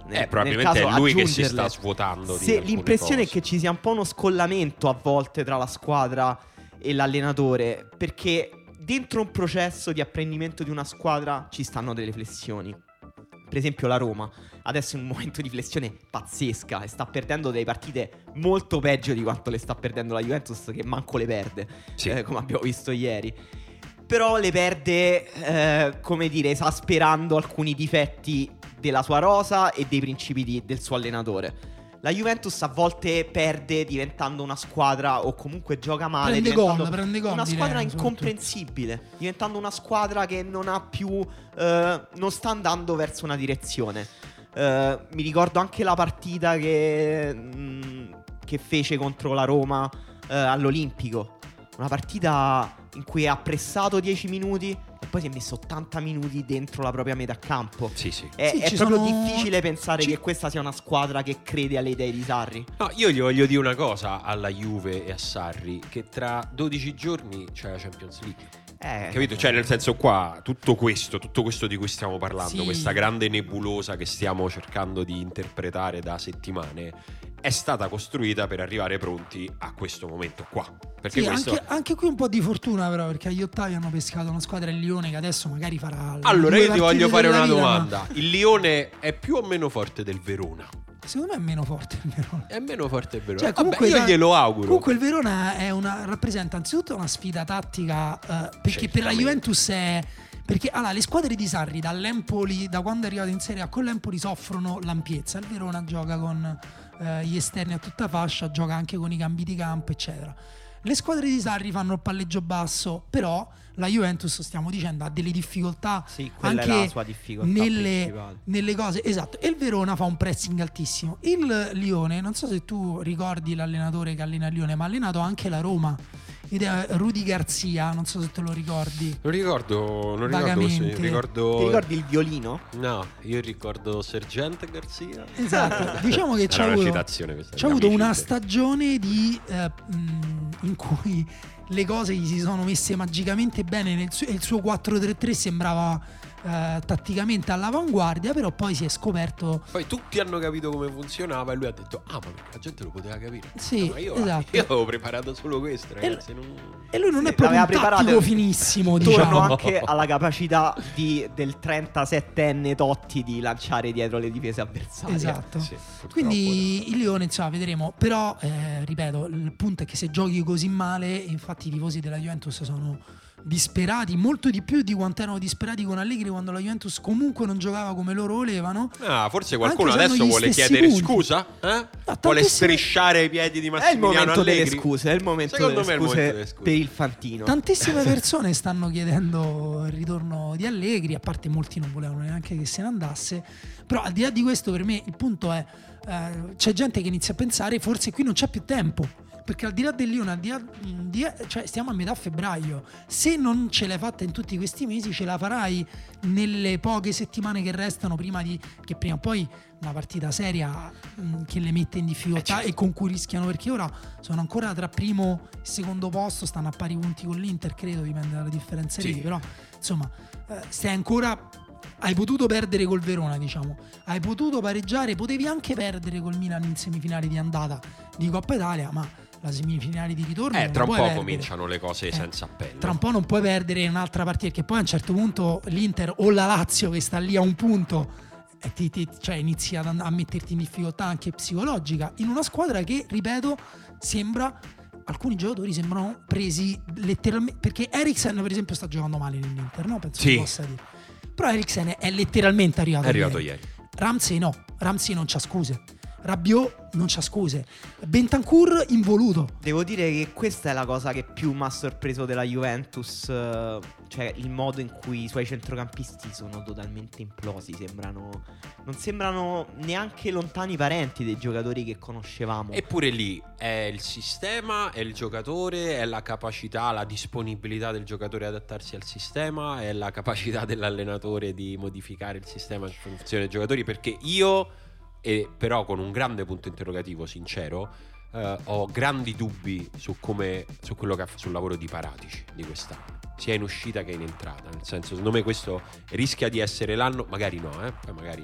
Speaker 2: nel,
Speaker 1: Eh, probabilmente
Speaker 2: nel caso
Speaker 1: è lui che si
Speaker 2: aggiungerle.
Speaker 1: sta svuotando di
Speaker 2: Se
Speaker 1: alcune
Speaker 2: l'impressione
Speaker 1: cose.
Speaker 2: è che ci sia un po' uno scollamento a volte tra la squadra e l'allenatore, perché dentro un processo di apprendimento di una squadra ci stanno delle flessioni. Per esempio la Roma adesso è in un momento di flessione pazzesca e sta perdendo delle partite molto peggio di quanto le sta perdendo la Juventus, che manco le perde,
Speaker 1: Sì.
Speaker 2: eh, come abbiamo visto ieri. Però le perde, eh, come dire, esasperando alcuni difetti della sua rosa e dei principi di- del suo allenatore. La Juventus a volte perde diventando una squadra, o comunque gioca male,
Speaker 3: Prende
Speaker 2: diventando
Speaker 3: gol, prende gol,
Speaker 2: una
Speaker 3: direi,
Speaker 2: squadra
Speaker 3: soprattutto.
Speaker 2: incomprensibile, diventando una squadra che non ha più, eh, non sta andando verso una direzione. Eh, mi ricordo anche la partita che, mh, che fece contro la Roma eh, all'Olimpico. Una partita in cui ha pressato dieci minuti e poi si è messo ottanta minuti dentro la propria metà campo.
Speaker 1: Sì, sì.
Speaker 2: È,
Speaker 3: Sì,
Speaker 2: è
Speaker 3: ci
Speaker 2: proprio
Speaker 3: sono-
Speaker 2: difficile pensare
Speaker 3: ci-
Speaker 2: che questa sia una squadra che crede alle idee di Sarri.
Speaker 1: No, io gli voglio dire una cosa alla Juve e a Sarri, che tra dodici giorni c'è la Champions League.
Speaker 2: Eh,
Speaker 1: Capito? Cioè, nel senso, qua tutto questo, tutto questo di cui stiamo parlando,
Speaker 3: Sì.
Speaker 1: questa grande nebulosa che stiamo cercando di interpretare da settimane, è stata costruita per arrivare pronti a questo momento qua. Perché
Speaker 3: Sì,
Speaker 1: questo.
Speaker 3: anche, anche qui un po' di fortuna però, perché agli ottavi hanno pescato una squadra il Lione che adesso magari farà le
Speaker 1: Allora,
Speaker 3: due
Speaker 1: io ti voglio
Speaker 3: partite
Speaker 1: fare
Speaker 3: della
Speaker 1: una
Speaker 3: vita, ma
Speaker 1: domanda. Il Lione è più o meno forte del Verona?
Speaker 3: secondo me è meno forte il Verona.
Speaker 1: È meno forte del Verona.
Speaker 3: Cioè,
Speaker 1: Vabbè,
Speaker 3: comunque
Speaker 1: io
Speaker 3: da-
Speaker 1: glielo auguro.
Speaker 3: Comunque il Verona è una, rappresenta anzitutto una sfida tattica, eh, perché per la
Speaker 1: Certamente.
Speaker 3: Juventus è... Perché allora, le squadre di Sarri dall'Empoli, da quando è arrivato in Serie A con l'Empoli, soffrono l'ampiezza. Il Verona gioca con eh, gli esterni a tutta fascia, gioca anche con i cambi di campo, eccetera. Le squadre di Sarri fanno il palleggio basso, però la Juventus, stiamo dicendo, ha delle difficoltà
Speaker 2: Sì, quella
Speaker 3: anche
Speaker 2: è la sua difficoltà
Speaker 3: nelle,
Speaker 2: principale.
Speaker 3: nelle cose, esatto. E il Verona fa un pressing altissimo. Il Lione, non so se tu ricordi l'allenatore che allena il Lione, ma ha allenato anche la Roma, ed è Rudy Garzia, non so se te lo ricordi.
Speaker 1: Non ricordo, non ricordo
Speaker 3: Vagamente.
Speaker 1: questo, ricordo.
Speaker 2: Ti ricordi il violino?
Speaker 1: No, io ricordo Sergente Garzia.
Speaker 3: Esatto, diciamo che c'ha
Speaker 1: Era una
Speaker 3: avuto,
Speaker 1: citazione questa.
Speaker 3: c'ha
Speaker 1: di
Speaker 3: avuto
Speaker 1: Amici.
Speaker 3: una stagione di eh, mh, in cui le cose gli si sono messe magicamente bene nel suo, e il suo quattro tre tre sembrava eh, tatticamente all'avanguardia, però poi si è scoperto.
Speaker 1: Poi tutti hanno capito come funzionava e lui ha detto: ah, ma perché la gente lo poteva capire.
Speaker 3: Sì,
Speaker 1: No, ma io,
Speaker 3: esatto.
Speaker 1: io avevo preparato solo questo,
Speaker 3: E-
Speaker 1: ragazzi. non...
Speaker 3: E lui non
Speaker 2: Sì,
Speaker 3: è proprio un
Speaker 2: l'aveva preparato
Speaker 3: tattico finissimo,
Speaker 2: Torno
Speaker 3: diciamo.
Speaker 2: anche alla capacità di, del trentasettenne Totti di lanciare dietro le difese avversarie.
Speaker 3: Esatto.
Speaker 1: Sì, purtroppo.
Speaker 3: Quindi il Lione, insomma, vedremo. Però, eh, ripeto, il punto è che se giochi così male, infatti i tifosi della Juventus sono disperati, molto di più di quanto erano disperati con Allegri quando la Juventus comunque non giocava come loro volevano.
Speaker 1: Ah, forse qualcuno
Speaker 3: Anche se
Speaker 1: adesso
Speaker 3: hanno gli
Speaker 1: vuole
Speaker 3: stessi
Speaker 1: chiedere
Speaker 3: punti.
Speaker 1: scusa? Eh?
Speaker 3: No,
Speaker 1: Vuole
Speaker 3: tantissime-
Speaker 1: strisciare i piedi di
Speaker 2: È il
Speaker 1: Massimiliano
Speaker 2: momento delle
Speaker 1: Allegri?
Speaker 2: scuse, è il momento
Speaker 1: Secondo
Speaker 2: delle
Speaker 1: me è il
Speaker 2: scuse
Speaker 1: momento delle scuse.
Speaker 2: per il Fantino.
Speaker 3: Tantissime persone stanno chiedendo il ritorno di Allegri, a parte molti non volevano neanche che se ne andasse. Però al di là di questo, per me il punto è eh, c'è gente che inizia a pensare forse qui non c'è più tempo, perché al di là del Lione, al di là di, cioè stiamo a metà febbraio, se non ce l'hai fatta in tutti questi mesi ce la farai nelle poche settimane che restano prima di che prima o poi una partita seria mh, che le mette in difficoltà e con cui rischiano, perché ora sono ancora tra primo e secondo posto, stanno a pari punti con l'Inter, credo, dipende dalla differenza
Speaker 1: Sì.
Speaker 3: reti, però insomma eh, stai ancora, hai potuto perdere col Verona, diciamo, hai potuto pareggiare, potevi anche perdere col Milan in semifinale di andata di Coppa Italia, ma la semifinale di ritorno
Speaker 1: Eh,
Speaker 3: non
Speaker 1: tra un
Speaker 3: puoi
Speaker 1: po'
Speaker 3: perdere.
Speaker 1: cominciano le cose
Speaker 3: Eh,
Speaker 1: senza appello.
Speaker 3: Tra un po' non puoi perdere un'altra partita, perché poi a un certo punto l'Inter o la Lazio che sta lì a un punto e ti, ti- cioè inizi ad- a metterti in difficoltà anche psicologica in una squadra che, ripeto, sembra, alcuni giocatori sembrano presi letteralmente, perché Eriksen per esempio sta giocando male nell'Inter, no? Penso
Speaker 1: Sì.
Speaker 3: si possa dire. Però Eriksen è, è letteralmente arrivato
Speaker 1: È arrivato
Speaker 3: ieri.
Speaker 1: ieri.
Speaker 3: Ramsey no, Ramsey non c'ha scuse, Rabiot non c'ha scuse, Bentancur involuto.
Speaker 2: Devo dire che questa è la cosa che più mi ha sorpreso della Juventus, eh, cioè il modo in cui i suoi centrocampisti sono totalmente implosi, sembrano non sembrano neanche lontani parenti dei giocatori che conoscevamo.
Speaker 1: Eppure lì è il sistema, è il giocatore, è la capacità, la disponibilità del giocatore ad adattarsi al sistema, è la capacità dell'allenatore di modificare il sistema in funzione dei giocatori, perché io, e però con un grande punto interrogativo sincero, eh, ho grandi dubbi su come su quello che ha sul lavoro di Paratici di quest'anno, sia in uscita che in entrata, nel senso, secondo me questo rischia di essere l'anno, magari no, eh, poi magari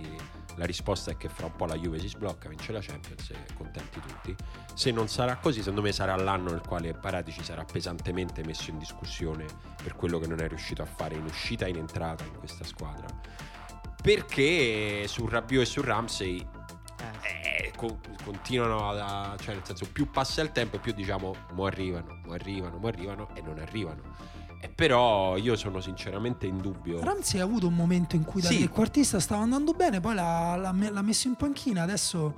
Speaker 1: La risposta è che fra un po' la Juve si sblocca, vince la Champions e contenti tutti. Se non sarà così, secondo me sarà l'anno nel quale Paratici sarà pesantemente messo in discussione per quello che non è riuscito a fare in uscita e in entrata in questa squadra, perché su Rabiot e su Ramsey eh, co- continuano a, cioè nel senso, più passa il tempo e più diciamo mo arrivano, mo arrivano, mo arrivano e non arrivano. E però io sono sinceramente in dubbio.
Speaker 3: Ramsey ha avuto un momento in cui da
Speaker 1: Sì.
Speaker 3: trequartista stava andando bene, poi l'ha, l'ha, l'ha messo in panchina, adesso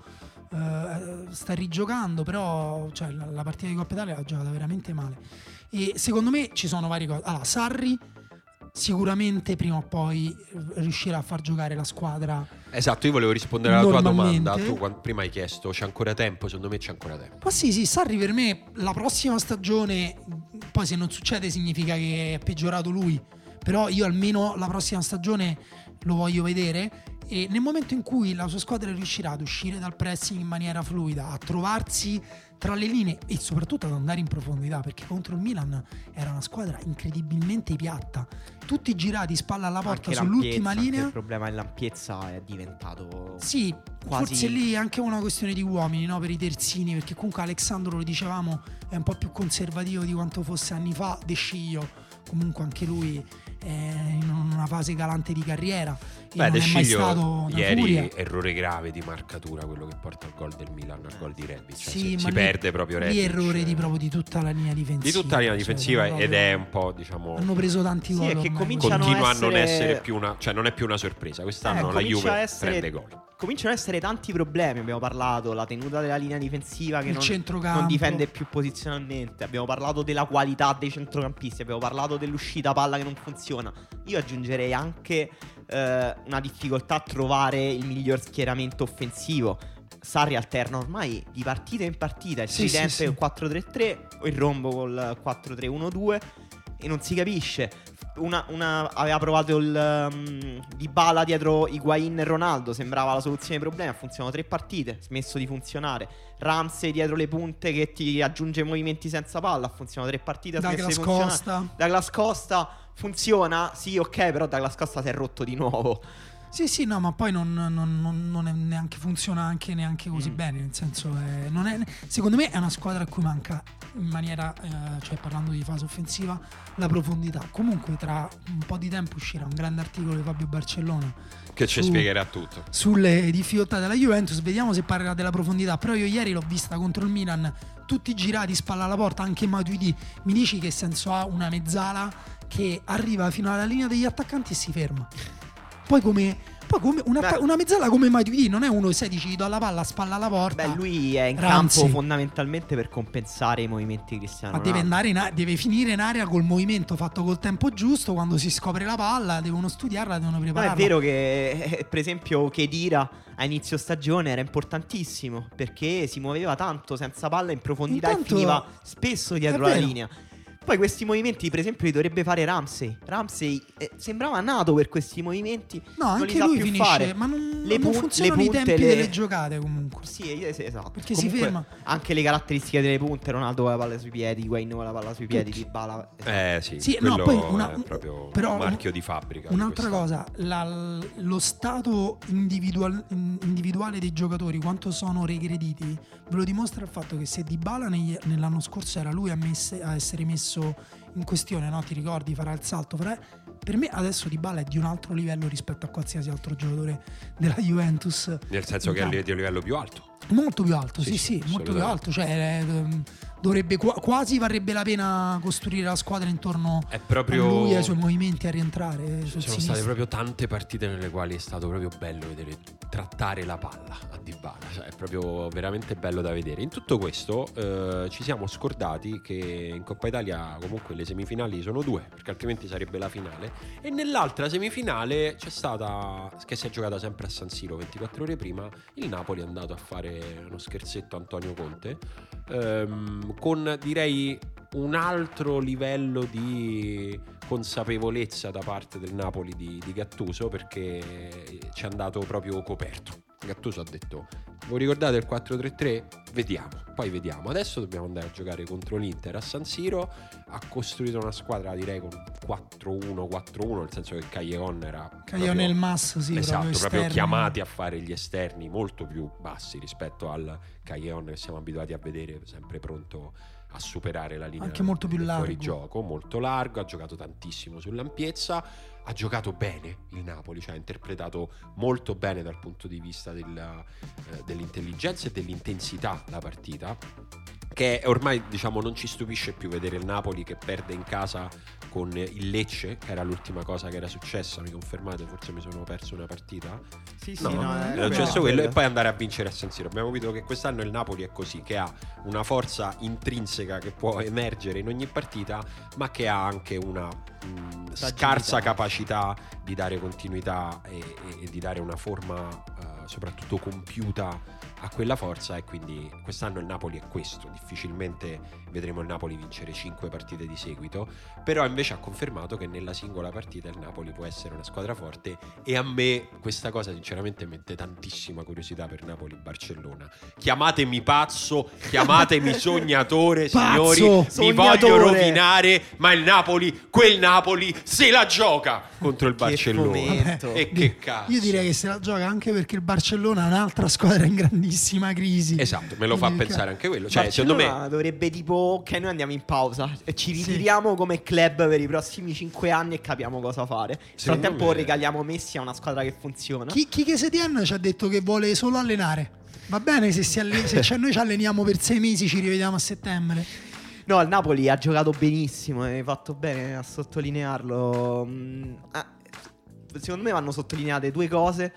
Speaker 3: eh, sta rigiocando, però cioè, la, la partita di Coppa Italia l'ha giocata veramente male. E secondo me ci sono varie cose. Allora, Sarri sicuramente prima o poi riuscirà a far giocare la squadra.
Speaker 1: Esatto, io volevo rispondere alla tua
Speaker 3: Normalmente.
Speaker 1: domanda. Tu quando, prima hai chiesto c'è ancora tempo, secondo me c'è ancora tempo.
Speaker 3: Ma sì, sì, Sarri per me la prossima stagione, poi se non succede significa che è peggiorato lui, però io almeno la prossima stagione lo voglio vedere, e nel momento in cui la sua squadra riuscirà ad uscire dal pressing in maniera fluida, a trovarsi tra le linee e soprattutto ad andare in profondità, perché contro il Milan era una squadra incredibilmente piatta, tutti girati spalla alla porta
Speaker 2: Anche
Speaker 3: sull'ultima
Speaker 2: l'ampiezza, anche
Speaker 3: linea.
Speaker 2: il problema dell'ampiezza è diventato
Speaker 3: Sì,
Speaker 2: quasi-
Speaker 3: forse lì è anche una questione di uomini, no? Per i terzini, perché comunque Alexandro, lo dicevamo, è un po' più conservativo di quanto fosse anni fa. De Sciglio comunque anche lui è in una fase calante di carriera e
Speaker 1: Beh,
Speaker 3: non
Speaker 1: De
Speaker 3: è mai
Speaker 1: Sciglio
Speaker 3: stato una
Speaker 1: ieri
Speaker 3: furia.
Speaker 1: errore grave di marcatura, quello che porta al gol del Milan, al gol di Rebic. Cioè,
Speaker 3: Sì,
Speaker 1: si,
Speaker 3: ma
Speaker 1: si
Speaker 3: lì-
Speaker 1: perde proprio
Speaker 3: lì
Speaker 1: Rebic.
Speaker 3: errore di proprio di tutta la linea difensiva.
Speaker 1: Di tutta la linea
Speaker 3: Cioè,
Speaker 1: difensiva,
Speaker 3: sono
Speaker 1: ed
Speaker 3: proprio-
Speaker 1: è un po', diciamo,
Speaker 3: hanno preso tanti
Speaker 2: Sì,
Speaker 3: gol
Speaker 2: è che
Speaker 3: ormai.
Speaker 2: cominciano
Speaker 1: continua a non
Speaker 2: essere-
Speaker 1: essere più una, cioè non è più una sorpresa. Quest'anno
Speaker 2: Eh,
Speaker 1: la
Speaker 2: comincia
Speaker 1: Juve
Speaker 2: a essere-
Speaker 1: prende gol.
Speaker 2: Cominciano ad essere tanti problemi. Abbiamo parlato la tenuta della linea difensiva che
Speaker 3: Il
Speaker 2: non,
Speaker 3: centrocampo.
Speaker 2: non difende più posizionalmente. Abbiamo parlato della qualità dei centrocampisti. Abbiamo parlato dell'uscita palla che non funziona. Io aggiungerei anche eh, una difficoltà a trovare il miglior schieramento offensivo. Sarri alterna ormai di partita in partita il
Speaker 3: Sì,
Speaker 2: tridente
Speaker 3: sì, sì.
Speaker 2: col quattro tre tre o il rombo col quattro tre uno due e non si capisce. Una, una- aveva provato il um, Dybala dietro Higuain e Ronaldo, sembrava la soluzione ai problemi, ha funzionato tre partite, smesso di funzionare. Ramsey dietro le punte che ti aggiunge movimenti senza palla, ha funzionato tre partite, ha smesso di
Speaker 3: Douglas
Speaker 2: funzionare.
Speaker 3: Costa.
Speaker 2: Douglas Costa funziona, sì, ok, però Douglas Costa si è rotto di nuovo.
Speaker 3: Sì, sì, no, ma poi non, non- non- non è neanche funziona anche neanche così
Speaker 2: Mm.
Speaker 3: bene. Nel senso, è- non è, secondo me è una squadra a cui manca in maniera, eh, cioè parlando di fase offensiva, la profondità. Comunque, tra un po' di tempo uscirà un grande articolo di Fabio Barcellona
Speaker 1: Che ci
Speaker 3: su-
Speaker 1: spiegherà tutto.
Speaker 3: sulle difficoltà della Juventus. Vediamo se parlerà della profondità. Però io ieri l'ho vista contro il Milan, tutti girati spalla alla porta, anche Matuidi. Mi dici che senso ha una mezzala che arriva fino alla linea degli attaccanti e si ferma? Poi come, poi come una,
Speaker 2: Beh.
Speaker 3: una mezzala come Matuidi non è uno sedici, do alla palla, spalla alla porta.
Speaker 2: Beh, lui è in
Speaker 3: Ramsey.
Speaker 2: campo fondamentalmente per compensare i movimenti di Cristiano
Speaker 3: Ma deve,
Speaker 2: Ronaldo.
Speaker 3: andare in a- deve finire in area col movimento fatto col tempo giusto. Quando si scopre la palla, devono studiarla, devono
Speaker 2: No,
Speaker 3: prepararla.
Speaker 2: è vero che eh, per esempio Khedira a inizio stagione era importantissimo perché si muoveva tanto senza palla in profondità
Speaker 3: Intanto-
Speaker 2: e finiva spesso dietro
Speaker 3: è
Speaker 2: la
Speaker 3: vero.
Speaker 2: linea. Poi questi movimenti per esempio li dovrebbe fare Ramsey. Ramsey eh, sembrava nato per questi movimenti.
Speaker 3: No,
Speaker 2: non li
Speaker 3: anche
Speaker 2: sa
Speaker 3: lui
Speaker 2: più
Speaker 3: finisce,
Speaker 2: fare.
Speaker 3: ma non,
Speaker 2: Le
Speaker 3: non
Speaker 2: pun-
Speaker 3: funzionano
Speaker 2: le
Speaker 3: i
Speaker 2: punte,
Speaker 3: tempi
Speaker 2: le-
Speaker 3: delle giocate comunque.
Speaker 2: Sì, eh, sì, esatto.
Speaker 3: Perché si
Speaker 2: Comunque,
Speaker 3: ferma.
Speaker 2: Anche le caratteristiche delle punte, Ronaldo con la palla sui piedi, Wayne con la palla sui piedi,
Speaker 3: Tutti.
Speaker 2: Dybala.
Speaker 1: Eh sì,
Speaker 3: Sì, no,
Speaker 1: quello
Speaker 3: poi una-
Speaker 1: è proprio
Speaker 3: però
Speaker 1: un marchio di fabbrica. di
Speaker 3: Un'altra
Speaker 1: quest'anno.
Speaker 3: cosa, la- lo stato individual- in- individuale dei giocatori, quanto sono regrediti, ve lo dimostra il fatto che se Dybala negli- nell'anno scorso era lui a, messe- a essere messo in questione, no? Ti ricordi, farà il salto, farà... Per me adesso Dybala è di un altro livello rispetto a qualsiasi altro giocatore della Juventus.
Speaker 1: Nel senso
Speaker 3: in
Speaker 1: che è
Speaker 3: campo.
Speaker 1: di un livello più alto.
Speaker 3: Molto più alto,
Speaker 1: Sì,
Speaker 3: sì,
Speaker 1: sì,
Speaker 3: sì, molto più
Speaker 1: assolutamente.
Speaker 3: alto. Cioè, ehm, dovrebbe qua- quasi varrebbe la pena costruire la squadra intorno
Speaker 1: È proprio...
Speaker 3: a lui, ai suoi movimenti, a rientrare sul
Speaker 1: Ci sono
Speaker 3: sinistro.
Speaker 1: state proprio tante partite nelle quali è stato proprio bello vedere trattare la palla a Dybala, cioè, è proprio veramente bello da vedere. In tutto questo eh, ci siamo scordati che in Coppa Italia comunque le semifinali sono due, perché altrimenti sarebbe la finale, e nell'altra semifinale c'è stata, che si è giocata sempre a San Siro ventiquattro ore prima, il Napoli è andato a fare uno scherzetto a Antonio Conte ehm, con direi un altro livello di consapevolezza da parte del Napoli di, di Gattuso, perché ci è andato proprio coperto. Gattuso ha detto: voi ricordate il quattro tre tre? Vediamo, poi vediamo. Adesso dobbiamo andare a giocare contro l'Inter a San Siro. Ha costruito una squadra direi con quattro uno quattro uno, nel senso che Callejon era
Speaker 3: Callejon e il Mas, sì,
Speaker 1: esatto, proprio,
Speaker 3: proprio
Speaker 1: chiamati a fare gli esterni molto più bassi rispetto al Callejon che siamo abituati a vedere sempre pronto a superare la linea,
Speaker 3: anche molto più
Speaker 1: del
Speaker 3: largo,
Speaker 1: fuorigioco, molto largo, ha giocato tantissimo sull'ampiezza, ha giocato bene il Napoli, cioè ha interpretato molto bene dal punto di vista del, eh, dell'intelligenza e dell'intensità la partita, che ormai diciamo non ci stupisce più vedere il Napoli che perde in casa con il Lecce, che era l'ultima cosa che era successa. Mi confermate? Forse mi sono perso una partita?
Speaker 2: Sì, sì,
Speaker 1: no,
Speaker 2: no,
Speaker 1: no,
Speaker 2: eh,
Speaker 1: era successo
Speaker 2: no,
Speaker 1: quello,
Speaker 2: quello.
Speaker 1: e poi andare a vincere a San Siro. Abbiamo capito che quest'anno il Napoli è così, che ha una forza intrinseca che può emergere in ogni partita, ma che ha anche una mh, scarsa capacità di dare continuità e, e, e di dare una forma uh, soprattutto compiuta a quella forza, e quindi quest'anno il Napoli è questo. Difficilmente vedremo il Napoli vincere cinque partite di seguito, però invece ha confermato che nella singola partita il Napoli può essere una squadra forte, e a me questa cosa sinceramente mette tantissima curiosità per Napoli-Barcellona. Chiamatemi pazzo, chiamatemi sognatore,
Speaker 3: Pazzo,
Speaker 1: signori, mi
Speaker 2: sognatore.
Speaker 1: voglio rovinare, ma il Napoli, quel Napoli se la gioca contro il
Speaker 2: Che
Speaker 1: Barcellona.
Speaker 2: momento.
Speaker 1: E che cazzo.
Speaker 3: Io direi che se la gioca anche perché il Barcellona è un'altra squadra in grandissima crisi.
Speaker 1: Esatto, me lo fa
Speaker 3: Quindi,
Speaker 1: pensare anche quello. Cioè, secondo
Speaker 2: Barcellona
Speaker 1: me
Speaker 2: dovrebbe tipo, ok, noi andiamo in pausa e ci ritiriamo come club per i prossimi cinque anni e capiamo cosa fare. Nel
Speaker 1: Secondo
Speaker 2: frattempo
Speaker 1: me-
Speaker 2: regaliamo Messi a una squadra che funziona.
Speaker 3: Chi, chi che Setien ci ha detto che vuole solo allenare. Va bene se, si alle- se cioè noi ci alleniamo per sei mesi, ci rivediamo a settembre.
Speaker 2: No, il Napoli ha giocato benissimo, hai fatto bene a sottolinearlo. Mm, ah, secondo me vanno sottolineate due cose.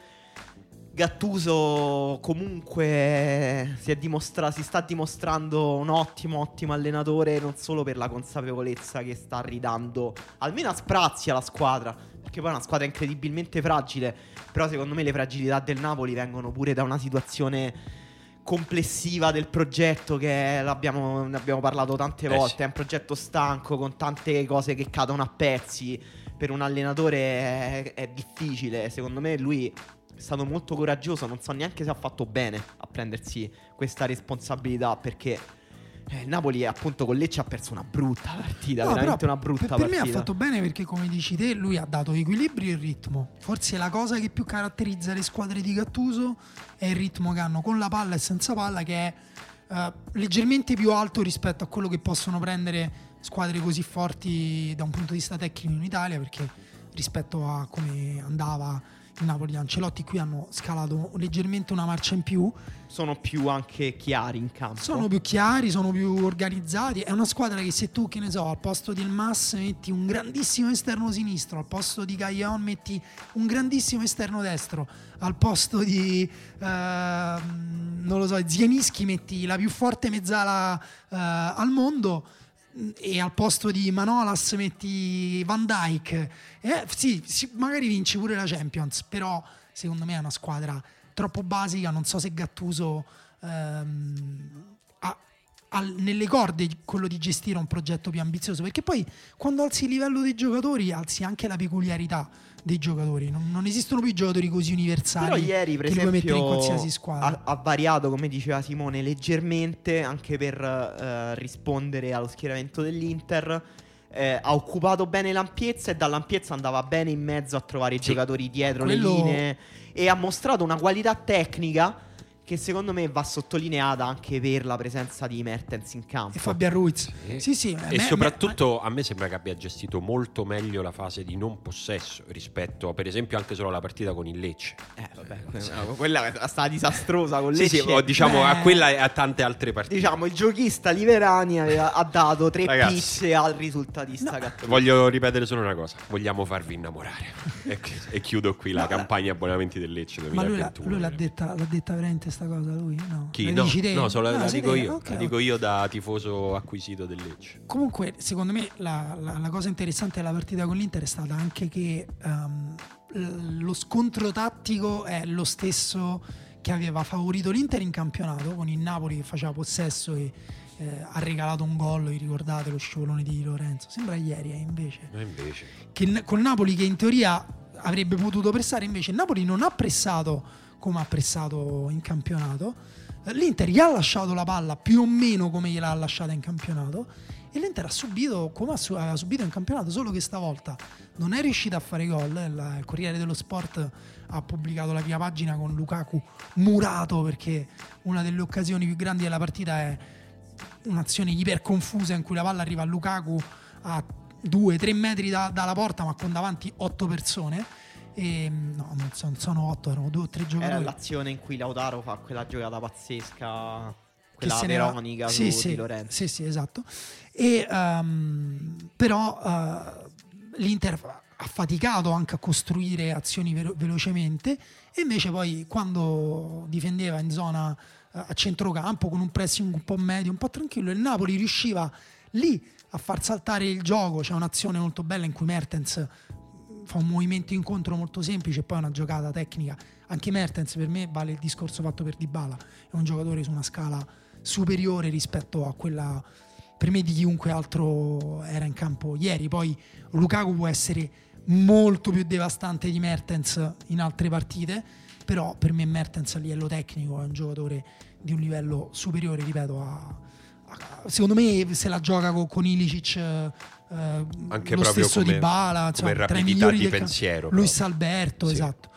Speaker 2: Gattuso comunque si, è dimostra- si sta dimostrando un ottimo, ottimo allenatore, non solo per la consapevolezza che sta ridando almeno a sprazzi alla squadra, perché poi è una squadra incredibilmente fragile, però secondo me le fragilità del Napoli vengono pure da una situazione complessiva del progetto che l'abbiamo, ne abbiamo parlato tante
Speaker 1: Eh
Speaker 2: volte.
Speaker 1: sì.
Speaker 2: È un progetto stanco con tante cose che cadono a pezzi. Per un allenatore è, è difficile. Secondo me lui è stato molto coraggioso. Non so neanche se ha fatto bene a prendersi questa responsabilità, perché eh, il Napoli appunto con Lecce ha perso una brutta partita.
Speaker 3: No,
Speaker 2: veramente
Speaker 3: però
Speaker 2: una brutta
Speaker 3: per, per
Speaker 2: partita.
Speaker 3: me ha fatto bene perché, come dici te, lui ha dato equilibrio e ritmo. Forse la cosa che più caratterizza le squadre di Gattuso è il ritmo che hanno con la palla e senza palla, che è eh, leggermente più alto rispetto a quello che possono prendere squadre così forti da un punto di vista tecnico in Italia, perché rispetto a come andava il Napoli di Ancelotti qui hanno scalato leggermente una marcia in più.
Speaker 2: Sono più anche chiari in campo.
Speaker 3: Sono più chiari, sono più organizzati. È una squadra che, se tu, che ne so, al posto del Mas metti un grandissimo esterno sinistro, al posto di Callejon metti un grandissimo esterno destro, al posto di ehm, non lo so, Zielinski metti la più forte mezzala eh, al mondo, e al posto di Manolas metti Van Dijk, eh, sì, sì, magari vinci pure la Champions, però secondo me è una squadra troppo basica. Non so se Gattuso ehm, ha, ha nelle corde quello di gestire un progetto più ambizioso, perché poi quando alzi il livello dei giocatori alzi anche la peculiarità dei giocatori. Non, non esistono più giocatori così universali.
Speaker 2: Però ieri, per
Speaker 3: che li puoi mettere in qualsiasi
Speaker 2: esempio,
Speaker 3: squadra.
Speaker 2: ha, ha variato, come diceva Simone, leggermente anche per eh, rispondere allo schieramento dell'Inter. Eh, ha occupato bene l'ampiezza e dall'ampiezza andava bene in mezzo a trovare i
Speaker 1: Sì.
Speaker 2: giocatori dietro
Speaker 3: Quello-
Speaker 2: le linee, e ha mostrato una qualità tecnica che secondo me va sottolineata anche per la presenza di Mertens in campo.
Speaker 3: E Fabian Ruiz.
Speaker 1: Sì.
Speaker 3: Sì, sì.
Speaker 1: E
Speaker 3: me-
Speaker 1: soprattutto a me sembra che abbia gestito molto meglio la fase di non possesso rispetto a, per esempio, anche solo la partita con il Lecce.
Speaker 2: Eh, vabbè, quella è stata disastrosa con
Speaker 1: Sì,
Speaker 2: Lecce.
Speaker 1: sì, o diciamo
Speaker 3: Beh.
Speaker 1: a quella e a tante altre partite.
Speaker 2: Diciamo, il giochista Liverani aveva- ha dato tre
Speaker 1: Ragazzi.
Speaker 2: pizze al risultatista Gattuso.
Speaker 1: Voglio ripetere solo una cosa: vogliamo farvi innamorare. e, e chiudo qui la
Speaker 3: No, la-
Speaker 1: campagna abbonamenti del Lecce
Speaker 3: Ma lui, l'ha,
Speaker 1: duemilaventuno.
Speaker 3: lui l'ha detta, l'ha detta veramente sta cosa lui? No.
Speaker 1: Chi?
Speaker 3: La
Speaker 1: No,
Speaker 3: dici te?
Speaker 1: no, solo la,
Speaker 3: Ah,
Speaker 1: la
Speaker 3: sei
Speaker 1: dico
Speaker 3: te?
Speaker 1: io.
Speaker 3: Ok,
Speaker 1: la
Speaker 3: ok.
Speaker 1: dico io da tifoso acquisito del Lecce.
Speaker 3: Comunque, secondo me la, la- la cosa interessante della partita con l'Inter è stata anche che ehm, l- lo scontro tattico è lo stesso che aveva favorito l'Inter in campionato, con il Napoli che faceva possesso e eh, ha regalato un gol. Vi ricordate lo scivolone di Di Lorenzo? Sembra ieri, eh, invece.
Speaker 1: Ma invece.
Speaker 3: Che il- col Napoli, che in teoria avrebbe potuto pressare, invece il Napoli non ha pressato come ha pressato in campionato. L'Inter gli ha lasciato la palla più o meno come gliel'ha lasciata in campionato, e l'Inter ha subito come ha, su- ha subito in campionato, solo che stavolta non è riuscita a fare gol. Il, il Corriere dello Sport ha pubblicato la prima pagina con Lukaku murato, perché una delle occasioni più grandi della partita è un'azione iper confusa in cui la palla arriva a Lukaku a due tre metri da, dalla porta, ma con davanti otto persone. E, no, non sono, sono otto, erano due o tre giocatori.
Speaker 2: Era l'azione in cui Lautaro fa quella giocata pazzesca, quella
Speaker 3: se ne va-
Speaker 2: Veronica
Speaker 3: sì,
Speaker 2: su
Speaker 3: sì,
Speaker 2: Di Lorenzo.
Speaker 3: sì, sì, esatto. E um, però uh, l'Inter ha faticato anche a costruire azioni velo- velocemente, e invece poi quando difendeva in zona uh, a centrocampo con un pressing un po' medio, un po' tranquillo, il Napoli riusciva lì a far saltare il gioco. C'è un'azione molto bella in cui Mertens fa un movimento incontro molto semplice e poi una giocata tecnica. Anche Mertens, per me, vale il discorso fatto per Dybala, è un giocatore su una scala superiore rispetto a quella, per me, di chiunque altro era in campo ieri. Poi Lukaku può essere molto più devastante di Mertens in altre partite, però per me Mertens a livello tecnico è un giocatore di un livello superiore, ripeto, a, a secondo me se la gioca con, con Ilicic, eh,
Speaker 1: Anche
Speaker 3: lo
Speaker 1: proprio
Speaker 3: stesso
Speaker 1: come-
Speaker 3: Dybala,
Speaker 1: come
Speaker 3: insomma, tra i
Speaker 1: rapidità
Speaker 3: migliori
Speaker 1: di
Speaker 3: del ca-
Speaker 1: pensiero,
Speaker 3: Luis
Speaker 1: proprio.
Speaker 3: Alberto,
Speaker 1: Sì.
Speaker 3: esatto.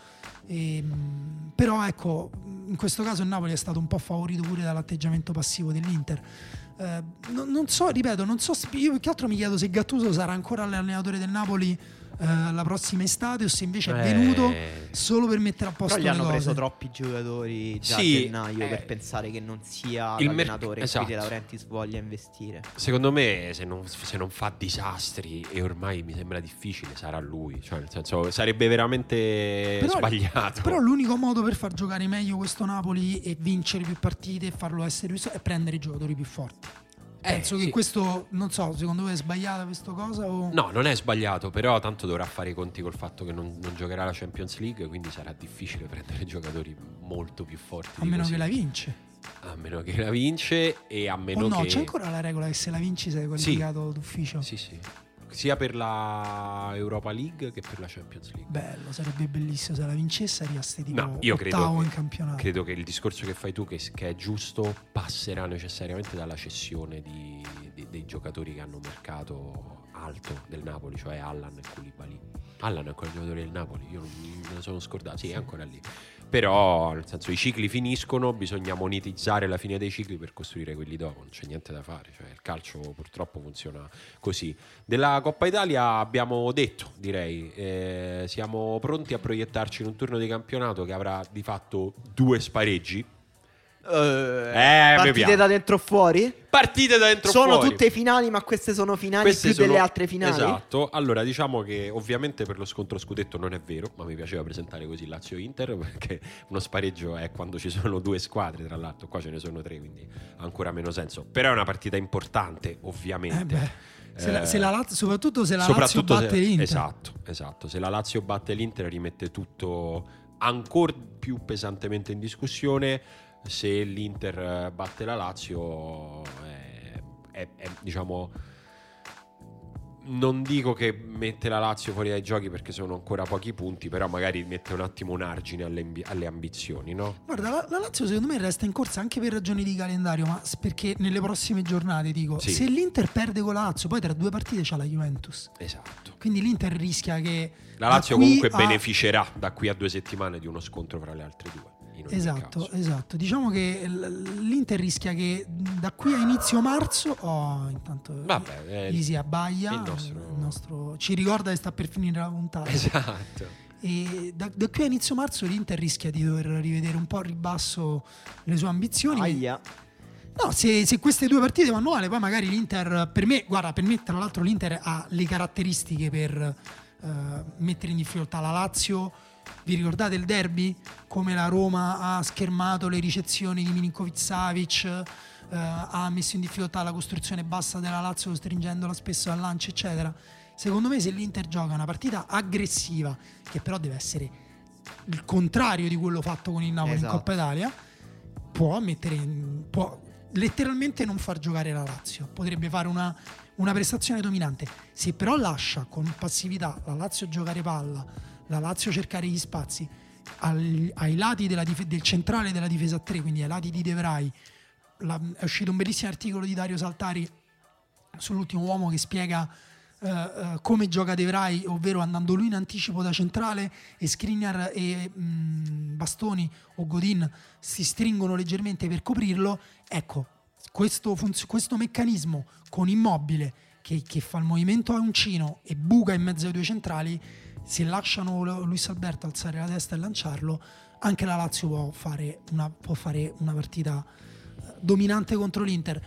Speaker 3: Ehm, però ecco, in questo caso il Napoli è stato un po' favorito pure dall'atteggiamento passivo dell'Inter. Eh, non, non so, ripeto, non so, io più che altro mi chiedo se Gattuso sarà ancora l'allenatore del Napoli eh, la prossima estate, o se invece è
Speaker 1: Eh.
Speaker 3: venuto solo per mettere a posto
Speaker 2: Però gli
Speaker 3: le
Speaker 2: hanno
Speaker 3: cose.
Speaker 2: preso troppi giocatori già
Speaker 1: Sì,
Speaker 2: a gennaio
Speaker 1: eh,
Speaker 2: per pensare che non sia
Speaker 1: il merc-
Speaker 2: l'allenatore in
Speaker 1: esatto.
Speaker 2: cui De Laurentiis voglia investire.
Speaker 1: Secondo me, se non, se non fa disastri, e ormai mi sembra difficile, sarà lui. Cioè, nel senso, sarebbe veramente
Speaker 3: Però-
Speaker 1: sbagliato.
Speaker 3: Però l'unico modo per far giocare meglio questo Napoli e vincere più partite e farlo essere visto è prendere i giocatori più forti.
Speaker 1: Eh,
Speaker 3: Penso che
Speaker 1: sì.
Speaker 3: questo, non so, secondo voi è sbagliata questa cosa o...
Speaker 1: No, non è sbagliato, però tanto dovrà fare i conti col fatto che non, non giocherà la Champions League, quindi sarà difficile prendere giocatori molto più forti.
Speaker 3: a
Speaker 1: di
Speaker 3: meno
Speaker 1: così.
Speaker 3: che la vince.
Speaker 1: A meno che la vince e a meno
Speaker 3: O no,
Speaker 1: che...
Speaker 3: c'è ancora la regola che se la vinci sei qualificato d'ufficio.
Speaker 1: Sì, sì. Sia per la Europa League che per la Champions League.
Speaker 3: Bello, sarebbe bellissimo se la vincesse, arrivaste tipo
Speaker 1: No, io credo
Speaker 3: ottavo
Speaker 1: che-
Speaker 3: in campionato.
Speaker 1: Credo che il discorso che fai tu, che, che è giusto, passerà necessariamente dalla cessione di, di- dei giocatori che hanno mercato alto del Napoli, cioè Allan e Koulibaly. Allan è ancora il giocatore del Napoli, io non me ne sono scordato, sì, è ancora lì. Però, nel senso, i cicli finiscono, bisogna monetizzare la fine dei cicli per costruire quelli dopo, non c'è niente da fare, cioè il calcio purtroppo funziona così. Della Coppa Italia abbiamo detto, direi, eh, siamo pronti a proiettarci in un turno di campionato che avrà di fatto due spareggi.
Speaker 2: Eh,
Speaker 1: mi
Speaker 2: partite
Speaker 1: piace.
Speaker 2: da dentro o fuori?
Speaker 1: Partite da dentro
Speaker 2: Sono
Speaker 1: fuori.
Speaker 2: tutte finali, ma queste sono finali
Speaker 1: Queste
Speaker 2: più
Speaker 1: sono-
Speaker 2: delle altre finali?
Speaker 1: Esatto. Allora, diciamo che ovviamente per lo scontro scudetto non è vero, ma mi piaceva presentare così Lazio-Inter, perché uno spareggio è quando ci sono due squadre, tra l'altro qua ce ne sono tre, quindi ha ancora meno senso. Però è una partita importante, ovviamente.
Speaker 3: Eh beh, se la-
Speaker 1: Eh,
Speaker 3: se la Lazio- soprattutto se la
Speaker 1: soprattutto
Speaker 3: Lazio batte
Speaker 1: se-
Speaker 3: l'Inter.
Speaker 1: Esatto, esatto. Se la Lazio batte l'Inter rimette tutto ancora più pesantemente in discussione. Se l'Inter eh, batte la Lazio è, è- è, diciamo, non dico che mette la Lazio fuori dai giochi perché sono ancora pochi punti, però magari mette un attimo un argine alle, ambi- alle ambizioni, no?
Speaker 3: Guarda, la, la Lazio secondo me resta in corsa anche per ragioni di calendario, ma s- perché nelle prossime giornate, dico,
Speaker 1: Sì.
Speaker 3: se l'Inter perde con la Lazio, poi tra due partite c'ha la Juventus.
Speaker 1: Esatto.
Speaker 3: Quindi l'Inter rischia che
Speaker 1: La
Speaker 3: da
Speaker 1: Lazio
Speaker 3: qui
Speaker 1: comunque
Speaker 3: a-
Speaker 1: beneficerà da qui a due settimane di uno scontro fra le altre due. In ogni
Speaker 3: Esatto,
Speaker 1: caso.
Speaker 3: esatto. Diciamo che l- l'Inter rischia che da qui a inizio marzo, oh, intanto
Speaker 1: Vabbè, è il-
Speaker 3: Isi abbaia,
Speaker 1: il nostro-
Speaker 3: il nostro- ci ricorda che sta per finire la puntata.
Speaker 1: Esatto.
Speaker 3: E da, da qui a inizio marzo l'Inter rischia di dover rivedere un po' a ribasso le sue ambizioni.
Speaker 2: Aia.
Speaker 3: No, se, se queste due partite vanno male, poi magari l'Inter, per me, guarda, per me tra l'altro l'Inter ha le caratteristiche per eh, mettere in difficoltà la Lazio. Vi ricordate il derby? Come la Roma ha schermato le ricezioni di Milinkovic-Savic, eh, ha messo in difficoltà la costruzione bassa della Lazio costringendola spesso al lancio, eccetera. Secondo me se l'Inter gioca una partita aggressiva, che però deve essere il contrario di quello fatto con il Napoli
Speaker 2: Esatto.
Speaker 3: in Coppa Italia, può mettere in, può letteralmente non far giocare la Lazio, potrebbe fare una, una prestazione dominante. Se però lascia con passività la Lazio giocare palla, la Lazio cercare gli spazi al- ai lati della dif- del centrale della difesa a tre, quindi ai lati di De Vrij, la- è uscito un bellissimo articolo di Dario Saltari sull'ultimo uomo che spiega uh, uh, come gioca De Vrij, ovvero andando lui in anticipo da centrale e Skriniar e mh, Bastoni o Godin si stringono leggermente per coprirlo. Ecco, questo, funz- questo meccanismo con Immobile che, che fa il movimento a uncino e buca in mezzo ai due centrali, se lasciano Luis Alberto alzare la testa e lanciarlo, anche la Lazio può fare una, può fare una partita dominante contro l'Inter.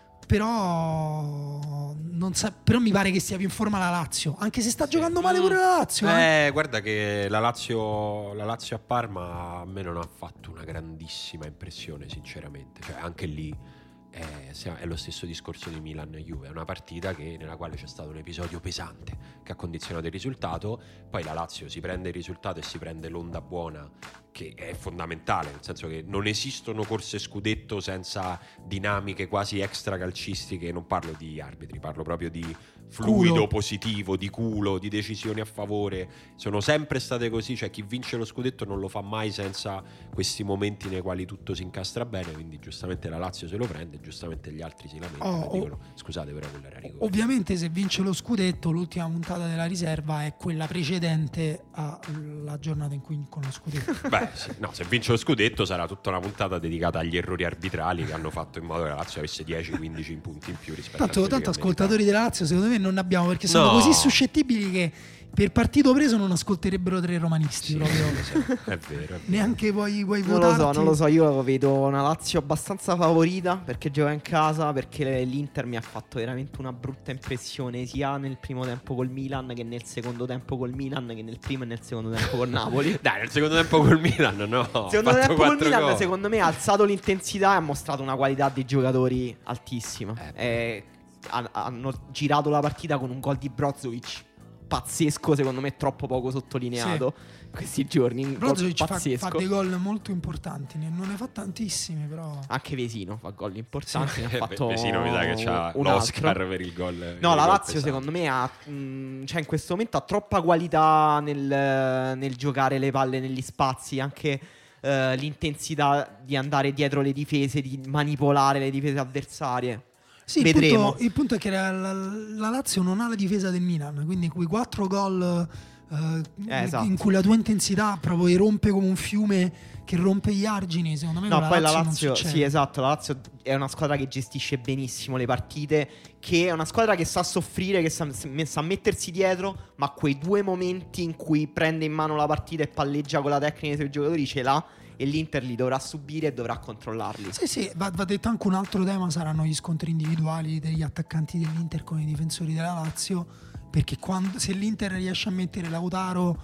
Speaker 3: Però, non sa, però mi pare che stia più in forma la Lazio, anche se sta
Speaker 1: Sì.
Speaker 3: giocando male pure la Lazio. Eh.
Speaker 1: Eh, guarda che la Lazio, la Lazio a Parma a me non ha fatto una grandissima impressione, sinceramente. Cioè, anche lì è, è lo stesso discorso di Milan-Juve. È una partita che, nella quale c'è stato un episodio pesante che ha condizionato il risultato. Poi la Lazio si prende il risultato e si prende l'onda buona, che è fondamentale, nel senso che non esistono corse scudetto senza dinamiche quasi extra calcistiche. Non parlo di arbitri, parlo proprio di fluido
Speaker 3: Culo.
Speaker 1: positivo, di culo, di decisioni a favore. Sono sempre state così, cioè chi vince lo scudetto non lo fa mai senza questi momenti nei quali tutto si incastra bene. Quindi giustamente la Lazio se lo prende, giustamente gli altri si lamentano
Speaker 3: Oh,
Speaker 1: e dicono scusate, però quello era rigore.
Speaker 3: Ovviamente se vince lo scudetto, l'ultima puntata della riserva è quella precedente alla giornata in cui vincono lo scudetto.
Speaker 1: Beh, sì. No, se vince lo scudetto sarà tutta una puntata dedicata agli errori arbitrali che hanno fatto in modo che la Lazio avesse dieci quindici punti in più rispetto
Speaker 3: Tanto,
Speaker 1: a
Speaker 3: tanto ascoltatori della Lazio secondo me non ne abbiamo, perché sono
Speaker 1: No.
Speaker 3: così suscettibili che per partito preso non ascolterebbero tre romanisti.
Speaker 1: Sì,
Speaker 3: proprio.
Speaker 1: sì, è vero, è vero.
Speaker 3: Neanche puoi, puoi
Speaker 2: Non lo
Speaker 3: votarti.
Speaker 2: so, non lo so, io vedo una Lazio abbastanza favorita perché gioca in casa, perché l'Inter mi ha fatto veramente una brutta impressione sia nel primo tempo col Milan che nel secondo tempo col Milan, che nel primo e nel secondo tempo col Napoli.
Speaker 1: Dai, nel secondo tempo col Milan no, ha
Speaker 2: Secondo
Speaker 1: fatto
Speaker 2: tempo col
Speaker 1: quattro
Speaker 2: Milan,
Speaker 1: gol.
Speaker 2: secondo me, ha alzato l'intensità e ha mostrato una qualità dei giocatori altissima.
Speaker 1: Eh.
Speaker 2: Eh, han- hanno girato la partita con un gol di Brozovic pazzesco, secondo me troppo poco sottolineato questi giorni. Un gol
Speaker 3: Brozovic fa,
Speaker 2: pazzesco.
Speaker 3: fa dei gol molto importanti, ne- non ne fa tantissimi però.
Speaker 2: Anche Vesino fa gol importanti. Ne ha
Speaker 1: Eh,
Speaker 2: fatto
Speaker 1: Vesino mi sa che c'ha
Speaker 2: un
Speaker 1: l'Oscar
Speaker 2: altro.
Speaker 1: per il gol. per
Speaker 2: No,
Speaker 1: il
Speaker 2: la
Speaker 1: gol
Speaker 2: Lazio
Speaker 1: pesante.
Speaker 2: secondo me ha, mh, cioè in questo momento ha troppa qualità nel, nel giocare le palle negli spazi, anche eh, l'intensità di andare dietro le difese, di manipolare le difese avversarie.
Speaker 3: Sì, il
Speaker 2: Vedremo.
Speaker 3: punto, il punto è che la, la- la Lazio non ha la difesa del Milan, quindi quei quattro gol eh,
Speaker 2: Eh, esatto.
Speaker 3: in cui la tua intensità proprio irrompe come un fiume che rompe gli argini, secondo me
Speaker 2: No,
Speaker 3: con la
Speaker 2: poi
Speaker 3: Lazio
Speaker 2: la
Speaker 3: non
Speaker 2: Lazio,
Speaker 3: succede.
Speaker 2: sì, esatto, la Lazio è una squadra che gestisce benissimo le partite, che è una squadra che sa soffrire, che sa, sa mettersi dietro, ma quei due momenti in cui prende in mano la partita e palleggia con la tecnica dei suoi giocatori ce l'ha, e l'Inter li dovrà subire e dovrà controllarli.
Speaker 3: Sì, sì, va, va detto anche un altro tema, saranno gli scontri individuali degli attaccanti dell'Inter con i difensori della Lazio, perché quando, se l'Inter riesce a mettere Lautaro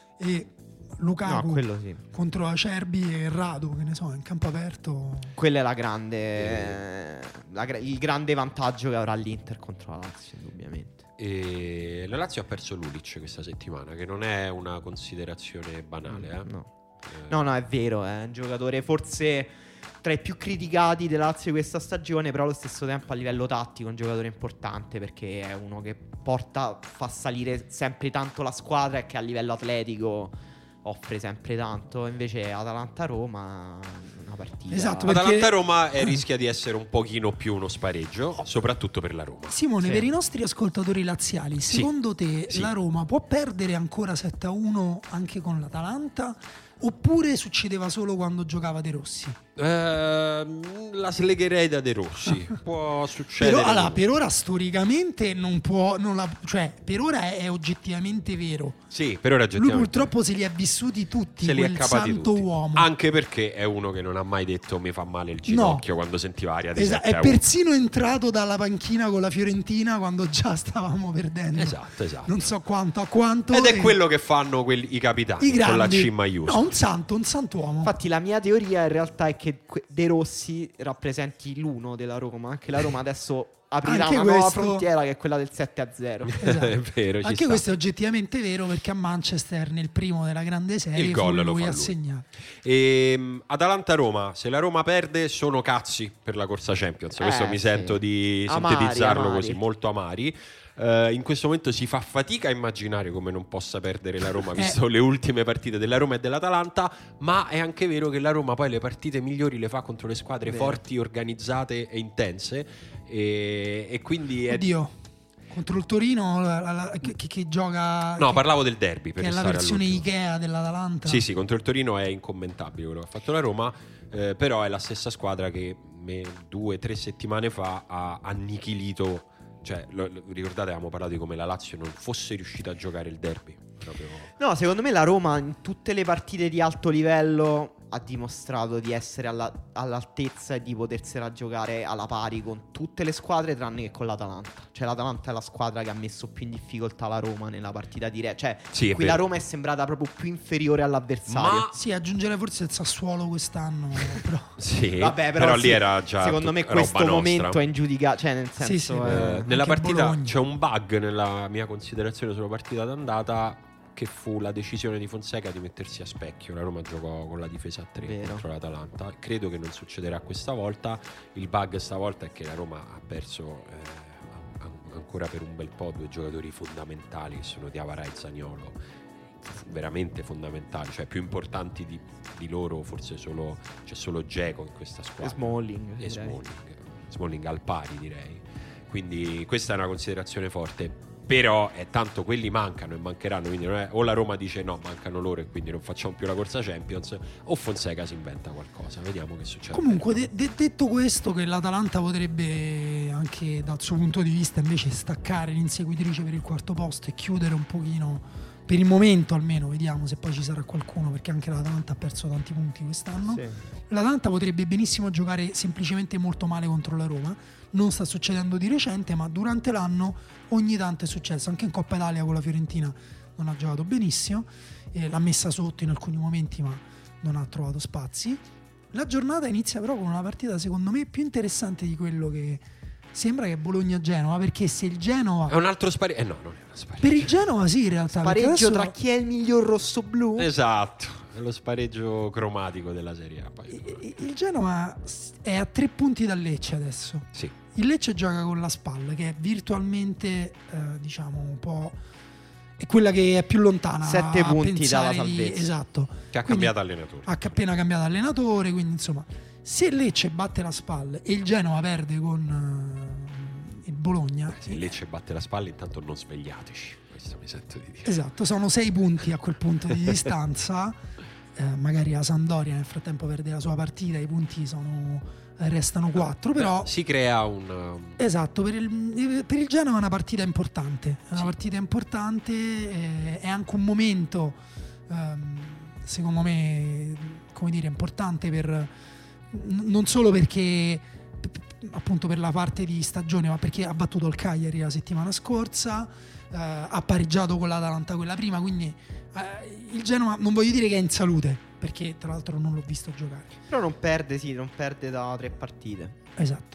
Speaker 3: e Lukaku
Speaker 2: No, quello sì.
Speaker 3: contro Acerbi e Radu, che ne so, in campo aperto,
Speaker 2: Quello è la grande, eh, la gra- il grande vantaggio che avrà l'Inter contro la Lazio, indubbiamente.
Speaker 1: E la Lazio ha perso Lulic questa settimana, che non è una considerazione banale. Eh?
Speaker 2: No.
Speaker 1: Eh,
Speaker 2: No, no, è vero, è un giocatore forse tra i più criticati della Lazio di questa stagione, però allo stesso tempo a livello tattico è un giocatore importante perché è uno che porta, fa salire sempre tanto la squadra e che a livello atletico offre sempre tanto. Invece Atalanta-Roma una partita.
Speaker 3: Esatto, perché-
Speaker 1: Atalanta-Roma eh, rischia di essere un pochino più uno spareggio, soprattutto per la Roma.
Speaker 3: Simone,
Speaker 2: Sì.
Speaker 3: per i nostri ascoltatori laziali, secondo te
Speaker 1: Sì.
Speaker 3: la Roma può perdere ancora sette a uno anche con l'Atalanta? Oppure succedeva solo quando giocava De Rossi?
Speaker 1: Ehm, la slegherei da De Rossi. Può succedere.
Speaker 3: Però, allora,
Speaker 1: comunque.
Speaker 3: per ora storicamente non può, non la- cioè per ora è, è oggettivamente vero.
Speaker 1: Sì, per ora
Speaker 3: Lui
Speaker 1: oggettivamente
Speaker 3: purtroppo se li ha vissuti tutti,
Speaker 1: se li è
Speaker 3: quel
Speaker 1: capati
Speaker 3: santo
Speaker 1: tutti.
Speaker 3: uomo.
Speaker 1: Anche perché è uno che non ha mai detto mi fa male il ginocchio quando sentiva aria di
Speaker 3: Esa-
Speaker 1: sette
Speaker 3: è
Speaker 1: a uno.
Speaker 3: persino entrato dalla panchina con la Fiorentina quando già stavamo perdendo.
Speaker 1: Esatto, esatto.
Speaker 3: Non so quanto a quanto.
Speaker 1: Ed è
Speaker 3: e-
Speaker 1: quello che fanno quelli, i capitani
Speaker 3: i grandi.
Speaker 1: con la C maiuscola.
Speaker 3: No, un santo, un santuomo.
Speaker 2: Infatti la mia teoria in realtà è che que- De Rossi rappresenti l'uno della Roma. Anche la Roma adesso aprirà
Speaker 3: Anche
Speaker 2: una nuova
Speaker 3: questo-
Speaker 2: frontiera che è quella del sette a zero.
Speaker 3: Esatto.
Speaker 1: È vero, ci
Speaker 3: Anche
Speaker 1: sta.
Speaker 3: questo è oggettivamente vero, perché a Manchester nel primo della grande serie
Speaker 1: Il
Speaker 3: fu
Speaker 1: gol lo
Speaker 3: lui
Speaker 1: fa
Speaker 3: a
Speaker 1: lui.
Speaker 3: segnare.
Speaker 1: Ehm, Atalanta-Roma, se la Roma perde sono cazzi per la corsa Champions. Questo
Speaker 2: Eh,
Speaker 1: mi
Speaker 2: sì.
Speaker 1: sento di
Speaker 2: Amari,
Speaker 1: sintetizzarlo
Speaker 2: amari.
Speaker 1: così, molto amari. Uh, in questo momento si fa fatica a immaginare come non possa perdere la Roma,
Speaker 3: Eh.
Speaker 1: visto le ultime partite della Roma e dell'Atalanta, ma è anche vero che la Roma poi le partite migliori le fa contro le squadre
Speaker 2: Vero.
Speaker 1: forti, organizzate e intense, e, e quindi è...
Speaker 3: Oddio, contro il Torino la- la- la- che, che- che gioca...
Speaker 1: No,
Speaker 3: che,
Speaker 1: parlavo del derby, per
Speaker 3: che è la
Speaker 1: restare
Speaker 3: versione
Speaker 1: all'ultimo.
Speaker 3: Ikea dell'Atalanta.
Speaker 1: Sì, sì, contro il Torino è incommentabile quello che ha fatto la Roma, eh, però è la stessa squadra che me, due o tre settimane fa ha annichilito. Cioè, lo, lo- ricordate, avevamo parlato di come la Lazio non fosse riuscita a giocare il derby. Proprio...
Speaker 2: No, secondo me la Roma in tutte le partite di alto livello ha dimostrato di essere alla- all'altezza e di potersela giocare alla pari con tutte le squadre tranne che con l'Atalanta. Cioè l'Atalanta è la squadra che ha messo più in difficoltà la Roma nella partita diretta. Cioè
Speaker 1: Sì, è
Speaker 2: qui
Speaker 1: vero.
Speaker 2: la Roma è sembrata proprio più inferiore all'avversario.
Speaker 1: Ma
Speaker 3: Sì, aggiungere forse il Sassuolo quest'anno, però...
Speaker 1: sì,
Speaker 2: Vabbè,
Speaker 1: però,
Speaker 2: però
Speaker 1: lì
Speaker 2: sì,
Speaker 1: era già
Speaker 2: secondo
Speaker 1: tut-
Speaker 2: me
Speaker 1: roba
Speaker 2: questo
Speaker 1: nostra.
Speaker 2: momento è ingiudicato. Cioè nel
Speaker 3: Sì,
Speaker 2: senso
Speaker 3: sì,
Speaker 2: è-
Speaker 1: Eh,
Speaker 3: Anche
Speaker 1: nella partita
Speaker 3: Bologna.
Speaker 1: c'è un bug nella mia considerazione sulla partita d'andata, che fu la decisione di Fonseca di mettersi a specchio. La Roma giocò con la difesa a tre
Speaker 2: Vero.
Speaker 1: contro l'Atalanta. Credo che non succederà questa volta. Il bug stavolta è che la Roma ha perso eh, an- ancora per un bel po' due giocatori fondamentali, che sono Diawara e Zaniolo, F- veramente fondamentali, cioè più importanti di, di loro forse solo c'è solo Dzeko in questa
Speaker 2: è
Speaker 1: squadra
Speaker 2: Smalling.
Speaker 1: e
Speaker 2: direi.
Speaker 1: Smalling, Smalling al pari, direi. Quindi questa è una considerazione forte. Però è tanto, quelli mancano e mancheranno, quindi non è, o la Roma dice no, mancano loro e quindi non facciamo più la corsa Champions, o Fonseca si inventa qualcosa. Vediamo che succede.
Speaker 3: Comunque, de- de- detto questo, che l'Atalanta potrebbe anche dal suo punto di vista invece staccare l'inseguitrice per il quarto posto e chiudere un pochino, per il momento almeno, vediamo se poi ci sarà qualcuno, perché anche l'Atalanta ha perso tanti punti quest'anno.
Speaker 2: Sì.
Speaker 3: L'Atalanta potrebbe benissimo giocare semplicemente molto male contro la Roma. Non sta succedendo di recente, ma durante l'anno ogni tanto è successo. Anche in Coppa Italia con la Fiorentina non ha giocato benissimo, eh, l'ha messa sotto in alcuni momenti, ma non ha trovato spazi. La giornata inizia però con una partita secondo me più interessante di quello che sembra, che è Bologna-Genova, perché se il Genova...
Speaker 1: È un altro spareggio. Eh no, non è uno spareggio.
Speaker 3: Per il Genova sì, in realtà. perché
Speaker 2: Pareggio
Speaker 3: adesso-
Speaker 2: tra chi è il miglior rossoblu?
Speaker 1: Esatto, è lo spareggio cromatico della Serie A. Poi.
Speaker 3: Il Genova è a tre punti dal Lecce adesso.
Speaker 1: Sì.
Speaker 3: Il Lecce gioca con la Spal, che è virtualmente, eh, diciamo, un po'... è quella che è più lontana.
Speaker 2: Sette
Speaker 3: a
Speaker 2: punti
Speaker 3: pensare
Speaker 2: dalla
Speaker 3: di-
Speaker 2: salvezza.
Speaker 3: Esatto.
Speaker 1: Che ha
Speaker 3: Quindi
Speaker 1: cambiato allenatore.
Speaker 3: Ha appena cambiato allenatore, quindi insomma, se il Lecce batte la Spal e il Genova perde con eh, il Bologna...
Speaker 1: Se il Lecce batte la spalla, intanto non svegliateci. Questo mi sento di dire.
Speaker 3: Esatto, sono sei punti a quel punto di distanza. Eh, magari la Sampdoria nel frattempo perde la sua partita, i punti sono, restano quattro, però...
Speaker 1: Si crea un... um,
Speaker 3: Esatto, per il, per il Genoa è una partita importante, è una
Speaker 1: Sì.
Speaker 3: partita importante, eh, è anche un momento, ehm, secondo me, come dire, importante per n- non solo perché p- p- appunto per la parte di stagione, ma perché ha battuto il Cagliari la settimana scorsa, eh, ha pareggiato con l'Atalanta quella prima, quindi eh, il Genoa non voglio dire che è in salute, perché tra l'altro non l'ho visto giocare.
Speaker 2: Però non perde, sì, non perde da tre partite.
Speaker 3: Esatto.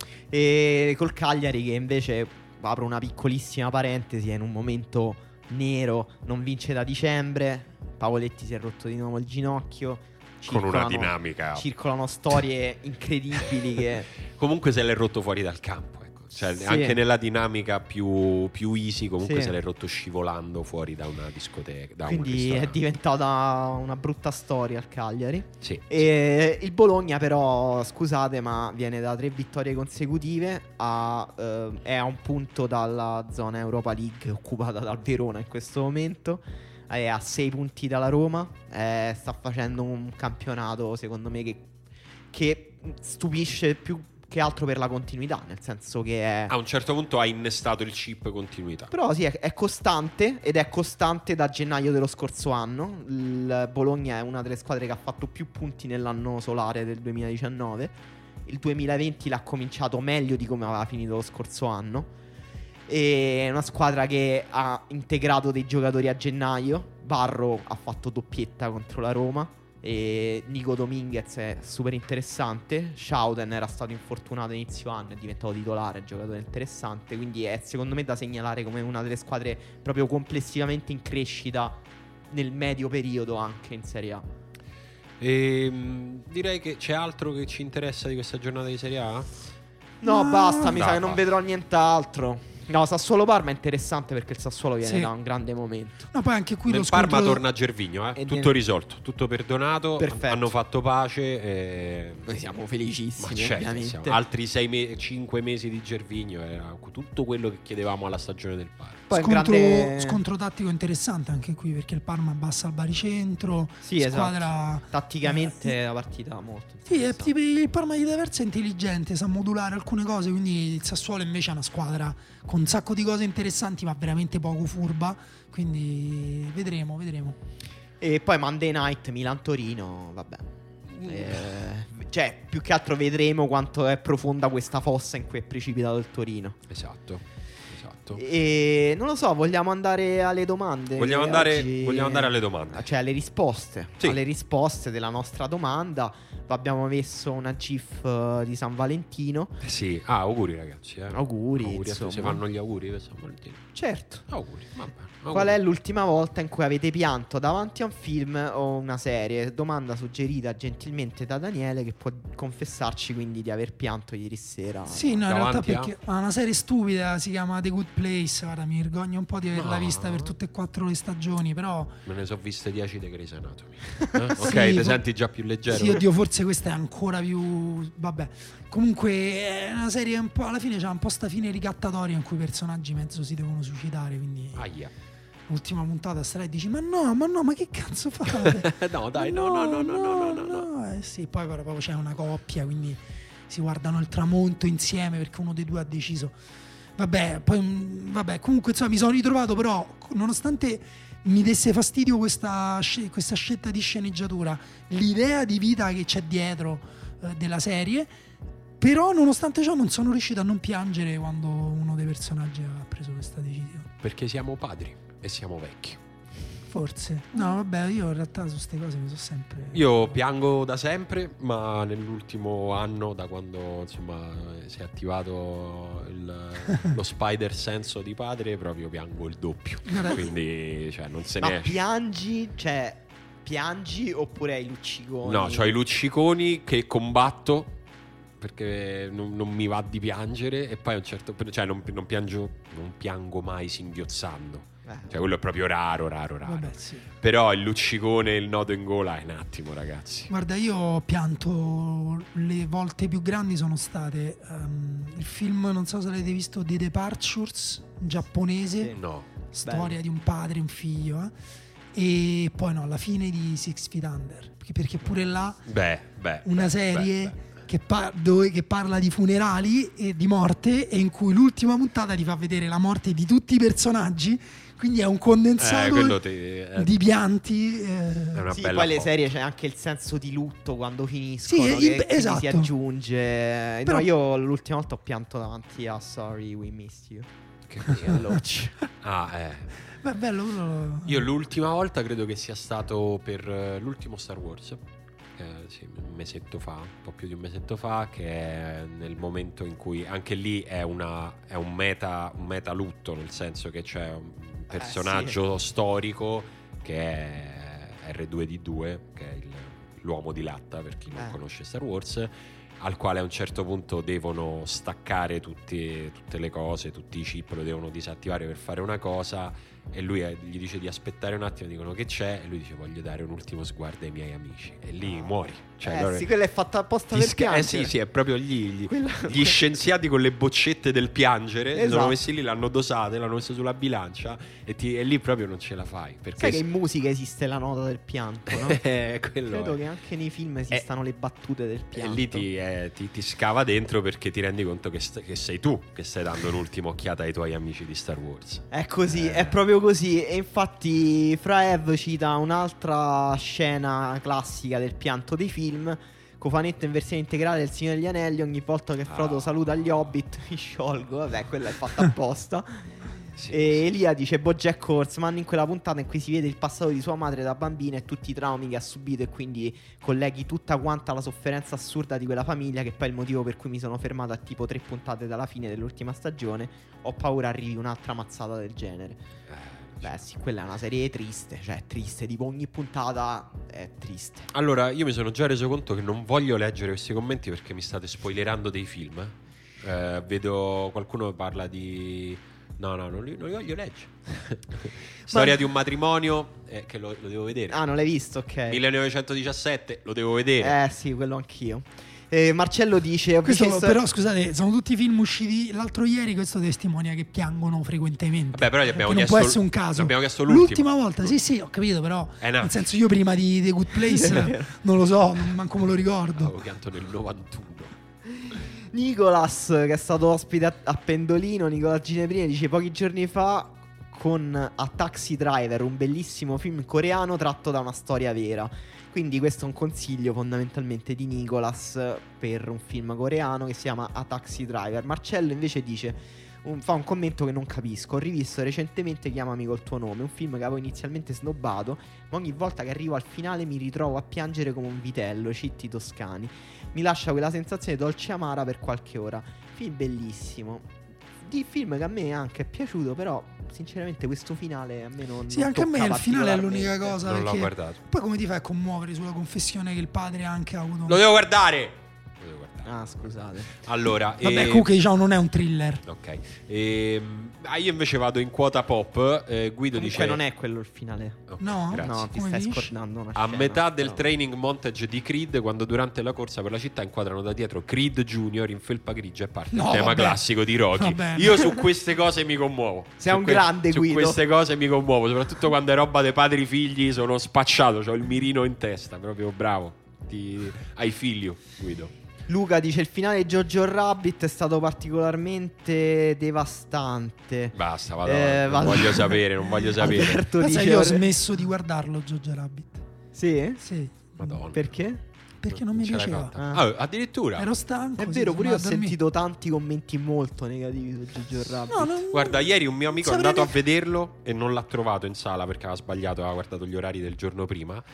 Speaker 2: E col Cagliari che invece, apro una piccolissima parentesi, è in un momento nero, non vince da dicembre. Pavoletti si è rotto di nuovo il ginocchio.
Speaker 1: con una
Speaker 2: Circolano-
Speaker 1: dinamica.
Speaker 2: Circolano storie incredibili che...
Speaker 1: Comunque se l'è rotto fuori dal campo, ecco. Cioè,
Speaker 2: Sì.
Speaker 1: anche nella dinamica più, più easy, comunque
Speaker 2: Sì.
Speaker 1: se l'è rotto scivolando fuori da una discoteca. Da un
Speaker 2: Quindi è
Speaker 1: ristorante.
Speaker 2: diventata una brutta storia al Cagliari.
Speaker 1: Sì.
Speaker 2: E il Bologna però, scusate, ma viene da tre vittorie consecutive, a, eh, è a un punto dalla zona Europa League occupata dal Verona in questo momento, è a sei punti dalla Roma, eh, sta facendo un campionato secondo me che, che stupisce più che altro per la continuità, nel senso che è...
Speaker 1: A un certo punto ha innestato il chip continuità.
Speaker 2: Però sì, è, è costante ed è costante da gennaio dello scorso anno. Il Bologna è una delle squadre che ha fatto più punti nell'anno solare del duemiladiciannove. Il duemilaventi l'ha cominciato meglio di come aveva finito lo scorso anno. E è una squadra che ha integrato dei giocatori a gennaio. Barro ha fatto doppietta contro la Roma. E Nico Dominguez è super interessante. Schouten era stato infortunato inizio anno, è diventato titolare, giocatore interessante. Quindi è secondo me da segnalare come una delle squadre proprio complessivamente in crescita nel medio periodo anche in Serie A.
Speaker 1: Ehm, direi che c'è altro che ci interessa di questa giornata di Serie A?
Speaker 2: No,
Speaker 3: Ma-
Speaker 2: basta, mi sa
Speaker 1: Dai,
Speaker 2: che non
Speaker 1: basta.
Speaker 2: vedrò nient'altro. No, Sassuolo-Parma è interessante perché il Sassuolo viene
Speaker 3: Sì.
Speaker 2: da un grande momento.
Speaker 3: No, poi anche qui
Speaker 1: Nel
Speaker 3: lo scontro...
Speaker 1: Parma torna Gervinho, eh?
Speaker 2: E
Speaker 1: tutto
Speaker 2: viene-
Speaker 1: risolto, tutto perdonato,
Speaker 2: Perfetto.
Speaker 1: hanno fatto pace e...
Speaker 2: Noi siamo
Speaker 1: Ma
Speaker 2: felicissimi,
Speaker 1: certo,
Speaker 2: ovviamente.
Speaker 1: siamo- altri sei me- cinque mesi di Gervinho era tutto quello che chiedevamo alla stagione del Parma.
Speaker 2: Poi un
Speaker 3: Scontro,
Speaker 2: grande-
Speaker 3: scontro tattico interessante anche qui perché il Parma abbassa al baricentro.
Speaker 2: Sì,
Speaker 3: squadra
Speaker 2: esatto. Tatticamente è una partita molto
Speaker 3: Sì, è,
Speaker 2: interessante.
Speaker 3: tipo, il Parma di D'Aversa è intelligente, sa modulare alcune cose, quindi il Sassuolo invece è una squadra con un sacco di cose interessanti ma veramente poco furba, quindi vedremo, vedremo.
Speaker 2: E poi Monday Night Milan-Torino, vabbè. Eh, cioè, più che altro vedremo quanto è profonda questa fossa in cui è precipitato il Torino.
Speaker 1: Esatto, esatto.
Speaker 2: E non lo so, vogliamo andare alle domande?
Speaker 1: Vogliamo
Speaker 2: Che
Speaker 1: andare,
Speaker 2: oggi-
Speaker 1: vogliamo andare alle domande.
Speaker 2: Cioè alle risposte,
Speaker 1: Sì.
Speaker 2: alle risposte della nostra domanda. Abbiamo messo una gif eh, di San Valentino.
Speaker 1: Eh sì, ah, auguri ragazzi. Eh.
Speaker 2: Auguri,
Speaker 1: a tutti.
Speaker 2: insomma.
Speaker 1: Si fanno gli auguri per San Valentino.
Speaker 2: Certo.
Speaker 1: Auguri, va bene.
Speaker 2: Qual
Speaker 1: auguri.
Speaker 2: è l'ultima volta in cui avete pianto davanti a un film o una serie? Domanda suggerita gentilmente da Daniele, che può confessarci quindi di aver pianto ieri sera.
Speaker 3: Sì, no, in realtà
Speaker 1: Davanti a-
Speaker 3: perché ha una serie stupida, si chiama The Good Place, guarda, mi vergogno un po' di averla
Speaker 1: No.
Speaker 3: vista per tutte e quattro le stagioni, però...
Speaker 1: Me ne sono viste dieci di Grey's Anatomy. Eh? Ok,
Speaker 3: Sì,
Speaker 1: ti
Speaker 3: fo-
Speaker 1: senti già più leggero?
Speaker 3: Sì, oddio, forse questa è ancora più... Vabbè, comunque è una serie un po'... Alla fine c'ha un po' sta fine ricattatoria in cui i personaggi mezzo si devono suicidare, quindi...
Speaker 1: Aia.
Speaker 3: L'ultima puntata starai e dici ma no, ma no, ma che cazzo fate?
Speaker 1: No, dai, no, no, no, no, no, no, no.
Speaker 3: Eh sì, poi però proprio c'è una coppia, quindi si guardano il tramonto insieme perché uno dei due ha deciso. Vabbè, poi mm, vabbè, comunque insomma mi sono ritrovato però, nonostante mi desse fastidio questa, sce- questa scelta di sceneggiatura, l'idea di vita che c'è dietro eh, della serie, però nonostante ciò non sono riuscito a non piangere quando uno dei personaggi ha preso questa decisione.
Speaker 1: Perché siamo padri e siamo vecchi.
Speaker 3: Forse. No, vabbè, io in realtà su queste cose mi sono sempre...
Speaker 1: Io piango da sempre, ma nell'ultimo anno, da quando insomma si è attivato il- lo spider senso di padre, proprio piango il doppio.
Speaker 3: Guarda-
Speaker 1: Quindi, cioè, non se
Speaker 2: Ma
Speaker 1: ne esce.
Speaker 2: piangi, cioè piangi oppure hai lucciconi?
Speaker 1: No, c'ho i lucciconi che combatto perché non, non mi va di piangere, e poi a un certo punto, cioè non, non piango, non piango mai singhiozzando.
Speaker 2: Eh,
Speaker 1: Cioè quello è proprio raro, raro, raro.
Speaker 3: Vabbè, sì.
Speaker 1: Però il luccicone e il nodo in gola è un attimo, ragazzi.
Speaker 3: Guarda, io ho pianto le volte più grandi sono state ehm, il film, non so se l'avete visto, The Departures, giapponese,
Speaker 2: Sì.
Speaker 1: No.
Speaker 3: storia
Speaker 2: Bello.
Speaker 3: di un padre e un figlio, eh. E poi no, la fine di Six Feet Under, perché, perché pure là
Speaker 1: Beh, beh.
Speaker 3: una
Speaker 1: beh,
Speaker 3: serie
Speaker 1: beh, beh.
Speaker 3: Che, par- dove- che parla di funerali e di morte, e in cui l'ultima puntata ti fa vedere la morte di tutti i personaggi, quindi è un
Speaker 1: Eh,
Speaker 3: condensato
Speaker 1: quello ti- eh,
Speaker 3: di pianti. eh.
Speaker 1: è una
Speaker 2: sì,
Speaker 1: bella
Speaker 2: poi le
Speaker 1: foto.
Speaker 2: serie c'è anche il senso di lutto quando finiscono,
Speaker 3: Sì,
Speaker 2: che,
Speaker 3: il-
Speaker 2: che gli
Speaker 3: esatto.
Speaker 2: si aggiunge.
Speaker 3: Però-
Speaker 2: No, io l'ultima volta ho pianto davanti a Sorry We Missed You.
Speaker 1: Che
Speaker 2: Di
Speaker 1: cos'è?
Speaker 2: Loach.
Speaker 1: Ah, eh.
Speaker 3: Beh, bello, quello-
Speaker 1: Io l'ultima volta credo che sia stato per eh, l'ultimo Star Wars. Eh, sì, un mesetto fa, un po' più di un mesetto fa, che è nel momento in cui anche lì è, una, è un meta un meta lutto, nel senso che c'è un personaggio storico che è erre due di due, che è il- l'uomo di latta, per chi non
Speaker 2: Eh.
Speaker 1: conosce Star Wars, al quale a un certo punto devono staccare tutti- tutte le cose, tutti i chip lo devono disattivare per fare una cosa, e lui eh, gli dice di aspettare un attimo, dicono che c'è, e lui dice voglio dare un ultimo sguardo ai miei amici, e lì muori. Cioè,
Speaker 2: eh
Speaker 1: allora-
Speaker 2: sì, quella è fatta apposta
Speaker 1: ti
Speaker 2: per
Speaker 1: sca- eh
Speaker 2: piangere.
Speaker 1: sì, sì, è proprio gli, gli,
Speaker 2: Quella-
Speaker 1: gli scienziati con le boccette del piangere
Speaker 2: Esatto.
Speaker 1: sono messi lì, l'hanno dosate, l'hanno messo sulla bilancia, e, ti- e lì proprio non ce la fai, perché
Speaker 2: Sai che in musica esiste la nota del pianto, no?
Speaker 1: eh, quello
Speaker 2: Credo
Speaker 1: è.
Speaker 2: che anche nei film esistano le battute del
Speaker 1: E
Speaker 2: pianto.
Speaker 1: lì ti, eh, ti- ti scava dentro, perché ti rendi conto che, st- che sei tu che stai dando un'ultima occhiata ai tuoi amici di Star Wars.
Speaker 2: È così,
Speaker 1: Eh.
Speaker 2: è proprio così. E infatti Fraev cita un'altra scena classica del pianto dei film. Cofanetto in versione integrale del Signore degli Anelli. Ogni volta che Frodo
Speaker 1: Ah.
Speaker 2: saluta gli Hobbit mi sciolgo. Vabbè, quella è fatta apposta.
Speaker 1: Sì,
Speaker 2: E Elia dice BoJack Horseman, in quella puntata in cui si vede il passato di sua madre da bambina e tutti i traumi che ha subito, e quindi colleghi tutta quanta la sofferenza assurda di quella famiglia, che poi è il motivo per cui mi sono fermato a tipo tre puntate dalla fine dell'ultima stagione. Ho paura arrivi un'altra mazzata del genere.
Speaker 1: Eh,
Speaker 2: Beh sì, quella è una serie triste, cioè è triste, tipo ogni puntata è triste.
Speaker 1: Allora, io mi sono già reso conto che non voglio leggere questi commenti perché mi state spoilerando dei film. Eh, vedo qualcuno che parla di No, no, non li, non li voglio leggere. Storia di un matrimonio eh, che lo, lo devo vedere.
Speaker 2: Ah, non l'hai visto, ok.
Speaker 1: millenovecentodiciassette, lo devo vedere.
Speaker 2: Eh sì, quello anch'io. Eh, Marcello dice ho
Speaker 3: Questo,
Speaker 2: visto-
Speaker 3: però scusate, sono tutti film usciti l'altro ieri. Questo testimonia che piangono frequentemente.
Speaker 1: Vabbè, però gli abbiamo
Speaker 3: Che non
Speaker 1: chiesto
Speaker 3: può essere un caso.
Speaker 1: abbiamo chiesto l'ultimo.
Speaker 3: L'ultima volta, sì, sì, ho capito, però.
Speaker 1: Eh, no.
Speaker 3: Nel senso, io prima di The Good Place non lo so, non manco me lo ricordo.
Speaker 1: Avevo pianto nel novantuno.
Speaker 2: Nicolas, che è stato ospite a, a Pendolino, Nicolas Gineprine, dice pochi giorni fa con A Taxi Driver, un bellissimo film coreano tratto da una storia vera. Quindi questo è un consiglio fondamentalmente di Nicolas per un film coreano che si chiama A Taxi Driver. Marcello invece dice un- fa un commento che non capisco. Ho rivisto recentemente Chiamami col tuo nome, un film che avevo inizialmente snobbato, ma ogni volta che arrivo al finale mi ritrovo a piangere come un vitello, citti toscani. Mi lascia quella sensazione dolce amara per qualche ora. Film bellissimo. Di film che a me anche è piaciuto, però sinceramente questo finale a me non
Speaker 3: Sì,
Speaker 2: non
Speaker 3: anche a me
Speaker 2: tocca
Speaker 3: il finale è l'unica
Speaker 2: particolarmente.
Speaker 3: cosa.
Speaker 1: Non l'ho
Speaker 3: perché
Speaker 1: guardato.
Speaker 3: Poi come ti fai a commuovere sulla confessione che il padre anche ha avuto?
Speaker 1: Lo devo guardare. Lo devo guardare.
Speaker 2: Ah, scusate.
Speaker 1: Allora,
Speaker 3: Vabbè,
Speaker 1: eh,
Speaker 3: comunque diciamo non è un thriller.
Speaker 1: ok. Ehm, ah, io invece vado in quota pop. eh, Guido
Speaker 2: Comunque
Speaker 1: dice
Speaker 2: non è quello il finale.
Speaker 1: Ok,
Speaker 3: No?
Speaker 1: grazie.
Speaker 2: No, ti
Speaker 3: Come
Speaker 2: stai
Speaker 3: finisce?
Speaker 2: scordando una
Speaker 1: A
Speaker 2: scena,
Speaker 1: metà del
Speaker 2: però.
Speaker 1: training montage di Creed, quando durante la corsa per la città inquadrano da dietro Creed Junior in felpa grigia e parte
Speaker 3: No,
Speaker 1: il tema
Speaker 3: vabbè.
Speaker 1: classico di Rocky.
Speaker 3: Va bene.
Speaker 1: Io su queste cose mi commuovo.
Speaker 2: Sei
Speaker 1: Su
Speaker 2: un grande
Speaker 1: su
Speaker 2: Guido.
Speaker 1: queste cose mi commuovo, soprattutto quando è roba dei padri figli, sono spacciato, ho il mirino in testa, proprio bravo. Ti... Hai figlio, Guido.
Speaker 2: Luca dice il finale di Jojo Rabbit è stato particolarmente devastante.
Speaker 1: Basta, vado
Speaker 2: Eh,
Speaker 1: avanti, non
Speaker 2: vado-
Speaker 1: voglio sapere, non voglio sapere.
Speaker 2: Alberto
Speaker 3: Pensa
Speaker 2: dice
Speaker 3: che io ho smesso di guardarlo Jojo Rabbit.
Speaker 2: Sì?
Speaker 3: Sì.
Speaker 1: Madonna.
Speaker 2: Perché?
Speaker 3: Perché non mi
Speaker 1: ce l'hai
Speaker 3: piaceva.
Speaker 1: fatta?
Speaker 2: Ah.
Speaker 1: Ah, addirittura.
Speaker 3: Ero stanco.
Speaker 2: È
Speaker 3: sì,
Speaker 2: vero, pure io ho
Speaker 3: sono andato a dormire.
Speaker 2: sentito tanti commenti molto negativi su Jojo Rabbit.
Speaker 3: No, non-
Speaker 1: Guarda, ieri un mio amico è
Speaker 3: saprei
Speaker 1: andato a
Speaker 3: neanche-
Speaker 1: vederlo e non l'ha trovato in sala perché aveva sbagliato, aveva guardato gli orari del giorno prima.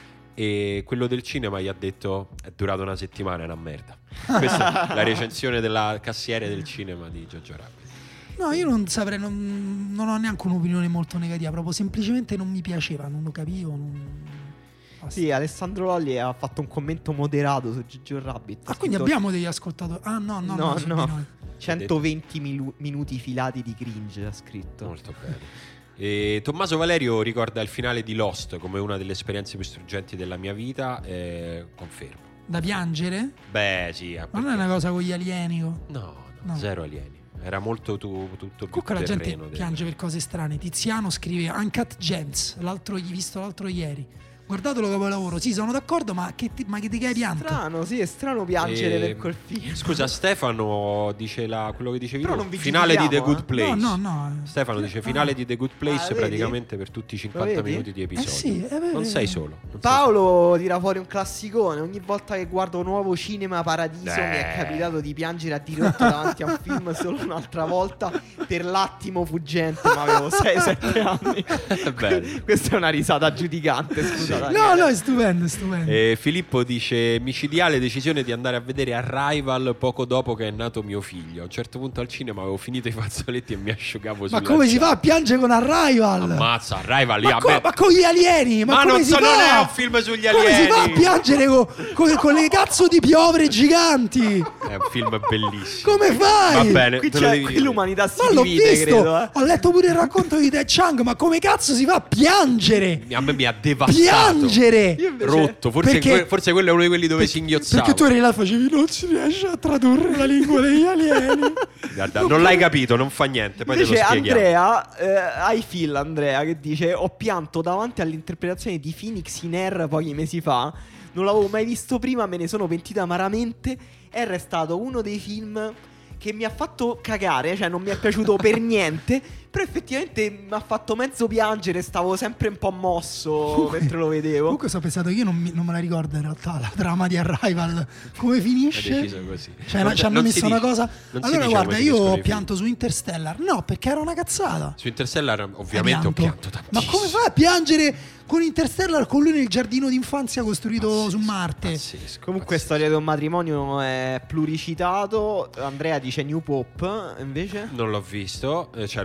Speaker 1: E quello del cinema gli ha detto è durato una settimana, è una merda. Questa è la recensione della cassiere del cinema di Jojo Rabbit.
Speaker 3: No, io non saprei, non, non ho neanche un'opinione molto negativa, proprio semplicemente non mi piaceva, non lo capivo. Non... Basta.
Speaker 2: Sì, Alessandro Lolli ha fatto un commento moderato su Jojo Rabbit.
Speaker 3: Ah, quindi
Speaker 2: Scritto
Speaker 3: abbiamo degli ascoltatori. Ah, no, no,
Speaker 2: No,
Speaker 3: no. su
Speaker 2: no.
Speaker 3: di noi.
Speaker 2: centoventi milu- minuti filati di cringe ha scritto.
Speaker 1: Molto bene. E Tommaso Valerio ricorda il finale di Lost come una delle esperienze più struggenti della mia vita. eh, confermo.
Speaker 3: Da piangere?
Speaker 1: Beh, sì. eh,
Speaker 3: Ma
Speaker 1: perché-
Speaker 3: non è una cosa con gli alieni? co-
Speaker 1: No, no,
Speaker 3: No.
Speaker 1: zero alieni. Era molto tu, tutto più
Speaker 3: Comunque la gente
Speaker 1: terreno del-
Speaker 3: piange per cose strane. Tiziano scrive Uncut Gems, l'altro, visto l'altro ieri. Guardatelo capolavoro. Sì, sono d'accordo, ma che, ti, ma che ti che hai pianto?
Speaker 2: Strano, sì, è strano piangere
Speaker 1: E-
Speaker 2: per quel film.
Speaker 1: Scusa, Stefano dice la, quello che dicevi
Speaker 2: Però
Speaker 1: tu,
Speaker 2: non vi
Speaker 1: finale di The
Speaker 2: giudichiamo,
Speaker 1: Good
Speaker 2: eh.
Speaker 1: Place.
Speaker 3: No, no, no.
Speaker 1: Stefano dice finale di The Good Place
Speaker 2: Ah, vedi?
Speaker 1: praticamente per tutti i cinquanta
Speaker 2: vedi?
Speaker 1: minuti di
Speaker 3: Eh
Speaker 1: episodio.
Speaker 3: sì, eh, beh,
Speaker 1: non
Speaker 3: eh,
Speaker 1: sei solo. non sei
Speaker 2: Paolo tira fuori un classicone. Ogni volta che guardo Nuovo Cinema Paradiso
Speaker 1: Eh.
Speaker 2: mi è capitato di piangere a dirotto davanti a un film solo un'altra volta per l'attimo fuggente, ma avevo sei sette anni.
Speaker 1: È bello.
Speaker 2: Questa è una risata giudicante, scusa.
Speaker 3: No,
Speaker 2: Daniele.
Speaker 3: no, è stupendo, è stupendo.
Speaker 1: E Filippo dice micidiale decisione di andare a vedere Arrival poco dopo che è nato mio figlio. A un certo punto al cinema avevo finito i fazzoletti e mi asciugavo
Speaker 3: Ma
Speaker 1: sulla
Speaker 3: come si
Speaker 1: giacca.
Speaker 3: fa a piangere con Arrival?
Speaker 1: Ammazza, Arrival lì
Speaker 3: Ma,
Speaker 1: a
Speaker 3: co-
Speaker 1: me-
Speaker 3: ma con gli alieni? Ma,
Speaker 1: Ma
Speaker 3: come
Speaker 1: non
Speaker 3: si
Speaker 1: so,
Speaker 3: fa?
Speaker 1: non è un film sugli
Speaker 3: Come si fa a
Speaker 1: alieni.
Speaker 3: piangere co- co- con le cazzo di piovre giganti?
Speaker 1: È un film bellissimo.
Speaker 3: Come fai?
Speaker 1: Va bene,
Speaker 2: Qui,
Speaker 1: te lo
Speaker 2: c'è,
Speaker 1: devi
Speaker 2: qui
Speaker 1: dire.
Speaker 2: l'umanità si
Speaker 3: Ma l'ho
Speaker 2: divide,
Speaker 3: visto,
Speaker 2: credo. eh.
Speaker 3: ho letto pure il racconto di Te Chang, ma come cazzo si fa a piangere?
Speaker 1: A me mi ha devastato.
Speaker 3: Piangere!
Speaker 2: Io invece-
Speaker 1: Rotto, forse,
Speaker 3: Perché-
Speaker 1: que- forse quello è uno di quelli dove
Speaker 3: Per-
Speaker 1: si inghiozzava.
Speaker 3: Perché tu eri là e facevi non si riesce a tradurre la lingua degli alieni.
Speaker 1: Guarda, non l'hai capito, non fa niente, poi
Speaker 2: Invece
Speaker 1: te lo spieghiamo.
Speaker 2: Andrea, eh, hai Phil Andrea che dice ho pianto davanti all'interpretazione di Phoenix in R pochi mesi fa. Non l'avevo mai visto prima, me ne sono pentita amaramente. R è stato uno dei film che mi ha fatto cagare, cioè non mi è piaciuto per niente. Però effettivamente mi ha fatto mezzo piangere, stavo sempre un po' mosso mentre lo vedevo.
Speaker 3: Comunque sto pensando che io non, mi- non me la ricordo in realtà la trama di Arrival. Come
Speaker 1: È
Speaker 3: finisce?
Speaker 1: deciso così.
Speaker 3: Cioè,
Speaker 1: Non-
Speaker 3: ci hanno
Speaker 1: non
Speaker 3: messo
Speaker 1: si
Speaker 3: una
Speaker 1: dice.
Speaker 3: cosa.
Speaker 1: Non si
Speaker 3: Allora,
Speaker 1: dice
Speaker 3: guarda,
Speaker 1: come
Speaker 3: io
Speaker 1: finiscono
Speaker 3: ho
Speaker 1: i
Speaker 3: pianto su Interstellar. No, perché era una cazzata.
Speaker 1: Su Interstellar
Speaker 3: Hai
Speaker 1: ovviamente ho pianto
Speaker 3: Ma
Speaker 1: tantissimo.
Speaker 3: come fai a piangere con Interstellar con lui nel giardino d'infanzia costruito su Marte?
Speaker 1: Pazzesco,
Speaker 2: Comunque
Speaker 1: pazzesco.
Speaker 2: storia di un matrimonio è pluricitato. Andrea dice New Pop, invece
Speaker 1: Non l'ho visto, eh, cioè lo sto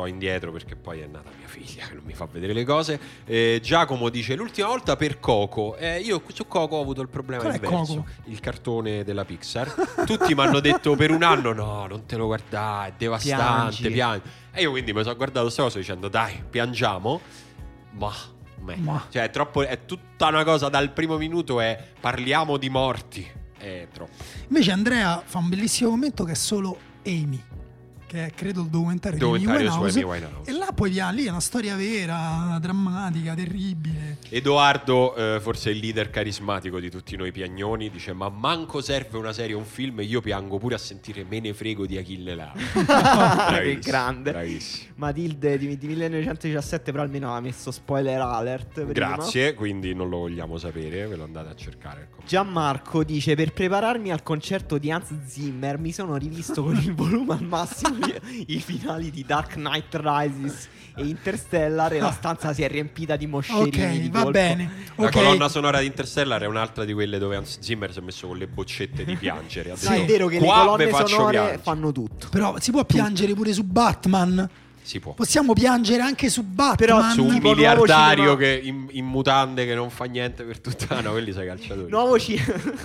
Speaker 1: sto indietro perché poi è nata mia figlia che non mi fa vedere le cose. eh, Giacomo dice l'ultima volta per Coco. eh, Io su Coco ho avuto il problema
Speaker 3: Qual è
Speaker 1: inverso.
Speaker 3: Coco?
Speaker 1: Il cartone della Pixar. Tutti mi hanno detto per un anno no, non te lo guardare, è devastante,
Speaker 2: Piangi.
Speaker 1: piangi. E io quindi mi sono guardato questa cosa dicendo dai, piangiamo. Ma, meh.
Speaker 3: Ma.
Speaker 1: Cioè è troppo, è tutta una cosa dal primo minuto è parliamo di morti. È troppo.
Speaker 3: Invece Andrea fa un bellissimo commento che è solo Amy, che è credo il documentario,
Speaker 1: Documentario
Speaker 3: di
Speaker 1: su
Speaker 3: Amy Winehouse,
Speaker 1: Amy Winehouse.
Speaker 3: e là poi via, lì è una storia vera, drammatica, terribile.
Speaker 1: Edoardo, eh, forse il leader carismatico di tutti noi piagnoni, dice ma manco serve una serie o un film, io piango pure a sentire Me ne frego di Achille Lauro.
Speaker 2: Che grande.
Speaker 1: Bravissimo.
Speaker 2: Matilde di, di millenovecentodiciassette, però almeno ha messo spoiler alert prima.
Speaker 1: Grazie, quindi non lo vogliamo sapere, ve lo andate a cercare. Ecco.
Speaker 2: Gianmarco dice per prepararmi al concerto di Hans Zimmer mi sono rivisto con il volume al massimo i, i finali di Dark Knight Rises e Interstellar e la stanza si è riempita di moscerini
Speaker 3: Ok,
Speaker 2: di
Speaker 3: va
Speaker 2: colpo.
Speaker 3: bene.
Speaker 1: La
Speaker 3: Ok.
Speaker 1: colonna sonora di Interstellar è un'altra di quelle dove Hans Zimmer si è messo con le boccette di piangere. Ha
Speaker 2: No, è
Speaker 1: detto,
Speaker 2: vero che le
Speaker 1: "Qua ve
Speaker 2: colonne
Speaker 1: faccio
Speaker 2: sonore
Speaker 1: piangere".
Speaker 2: fanno tutto.
Speaker 3: Però si può piangere pure su Batman.
Speaker 1: Si può.
Speaker 3: Possiamo piangere anche su Batman.
Speaker 2: Però
Speaker 1: Su un
Speaker 2: tipo nuovo
Speaker 1: miliardario
Speaker 2: cinema-
Speaker 1: che in, in mutande che non fa niente per tutta no, quelli sei calciatori.
Speaker 2: Nuovo, ci-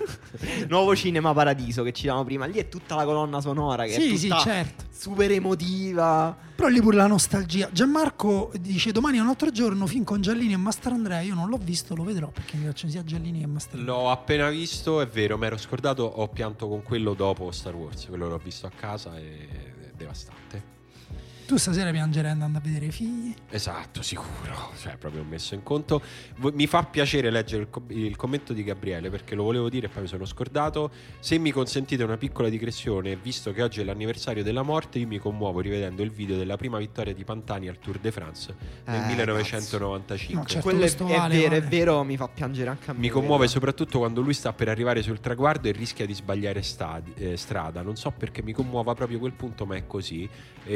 Speaker 2: Nuovo Cinema Paradiso che ci davamo prima. Lì è tutta la colonna sonora che
Speaker 3: Sì,
Speaker 2: è
Speaker 3: sì,
Speaker 2: tutta
Speaker 3: certo.
Speaker 2: super emotiva.
Speaker 3: Però lì pure la nostalgia. Gianmarco dice domani è un altro giorno, film con Giallini e Mastandrea. Io non l'ho visto, lo vedrò perché mi piacciono sia Giallini che Mastandrea.
Speaker 1: L'ho appena visto, è vero, mi ero scordato, ho pianto con quello dopo Star Wars, quello l'ho visto a casa e è devastante.
Speaker 3: Tu stasera piangerai andando a vedere i figli?
Speaker 1: Esatto, sicuro, cioè proprio messo in conto. V- Mi fa piacere leggere il, co- il commento di Gabriele perché lo volevo dire e poi mi sono scordato. Se mi consentite una piccola digressione, visto che oggi è l'anniversario della morte, io mi commuovo rivedendo il video della prima vittoria di Pantani al Tour de France nel
Speaker 2: Eh,
Speaker 1: millenovecentonovantacinque.
Speaker 3: No, certo.
Speaker 2: Quello è,
Speaker 3: questo
Speaker 2: è
Speaker 3: vale,
Speaker 2: vero, è
Speaker 3: vale.
Speaker 2: vero, mi fa piangere anche a me.
Speaker 1: Mi commuove
Speaker 2: quello.
Speaker 1: soprattutto quando lui sta per arrivare sul traguardo e rischia di sbagliare stadi- eh, strada. Non so perché mi commuova proprio quel punto, ma è così.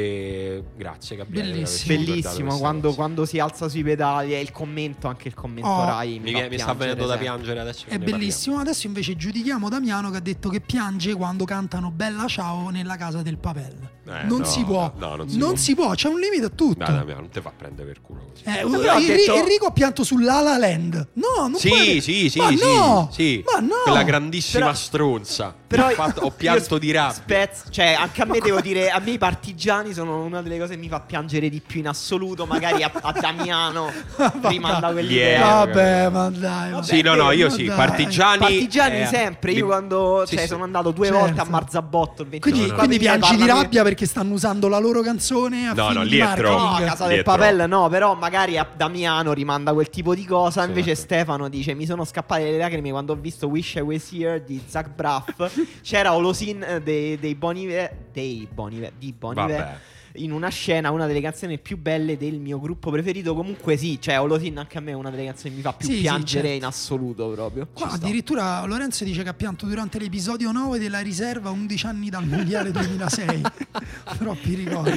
Speaker 1: E grazie Gabriele. per averci
Speaker 3: Bellissimo.
Speaker 1: ricordato
Speaker 2: Bellissimo
Speaker 1: questa
Speaker 2: quando,
Speaker 1: cosa.
Speaker 2: quando si alza sui pedali e il commento, anche il commento
Speaker 3: Oh,
Speaker 2: Rai
Speaker 1: mi,
Speaker 2: fa
Speaker 1: vie- mi sta
Speaker 2: piangere
Speaker 1: venendo da
Speaker 2: sempre.
Speaker 1: piangere adesso. che
Speaker 3: È
Speaker 1: ne
Speaker 3: bellissimo. Adesso invece giudichiamo Damiano che ha detto che piange quando cantano Bella Ciao nella casa del Papel.
Speaker 1: Eh,
Speaker 3: non
Speaker 1: no,
Speaker 3: si può.
Speaker 1: no, non si
Speaker 3: non
Speaker 1: può.
Speaker 3: si può, c'è un limite a tutto.
Speaker 1: parliamo. No, no, non te fa prendere per culo così.
Speaker 3: Eh,
Speaker 2: però ha
Speaker 3: Enri-
Speaker 2: detto-
Speaker 3: Enrico ha pianto su La La Land. No, non
Speaker 1: Sì,
Speaker 3: puoi-
Speaker 1: sì, sì,
Speaker 3: Ma
Speaker 1: sì,
Speaker 3: no!
Speaker 1: sì.
Speaker 3: Ma no!
Speaker 1: Quella grandissima
Speaker 2: Però-
Speaker 1: stronza.
Speaker 2: Però
Speaker 1: ho, fatto- ho pianto
Speaker 2: io
Speaker 1: di rabbia.
Speaker 2: spez- cioè anche a me devo dire, a me i partigiani sono una delle cose che mi fa piangere di più in assoluto. Magari a, a Damiano rimanda quell'idea.
Speaker 1: Yeah.
Speaker 3: Vabbè, ma dai.
Speaker 2: Vabbè,
Speaker 1: Sì, no, no, io
Speaker 3: ma
Speaker 1: sì,
Speaker 3: dai.
Speaker 1: partigiani.
Speaker 2: Partigiani
Speaker 1: eh,
Speaker 2: sempre.
Speaker 1: mi-
Speaker 2: Io quando
Speaker 1: Sì,
Speaker 2: cioè,
Speaker 1: sì.
Speaker 2: sono andato due
Speaker 3: Certo.
Speaker 2: volte a Marzabotto il venti
Speaker 3: Quindi,
Speaker 1: No, no.
Speaker 3: quindi
Speaker 2: quando mi
Speaker 3: piangi di
Speaker 2: parlano
Speaker 3: rabbia perché stanno usando la loro canzone a
Speaker 1: No,
Speaker 3: fini
Speaker 1: no,
Speaker 3: di
Speaker 1: lì è
Speaker 3: marketing.
Speaker 1: troppo.
Speaker 2: No, a casa del
Speaker 1: Dietro.
Speaker 2: Papel no, però magari a Damiano rimanda quel tipo di cosa. Invece
Speaker 1: Certo.
Speaker 2: Stefano dice: mi sono scappate le lacrime quando ho visto Wish I Was Here di Zach Braff. C'era Holosin eh, dei, dei Boniver, dei Boniver, di Boniver
Speaker 1: Vabbè.
Speaker 2: in una scena, una delle canzoni più belle del mio gruppo preferito. Comunque sì, cioè Holosin anche a me è una delle canzoni che mi fa più
Speaker 3: Sì, sì,
Speaker 2: piangere
Speaker 3: certo.
Speaker 2: in assoluto proprio.
Speaker 3: Qua
Speaker 2: Ci sta.
Speaker 3: addirittura Lorenzo dice che ha pianto durante l'episodio nove della riserva undici anni dal mondiale duemilasei. Troppi ricordi.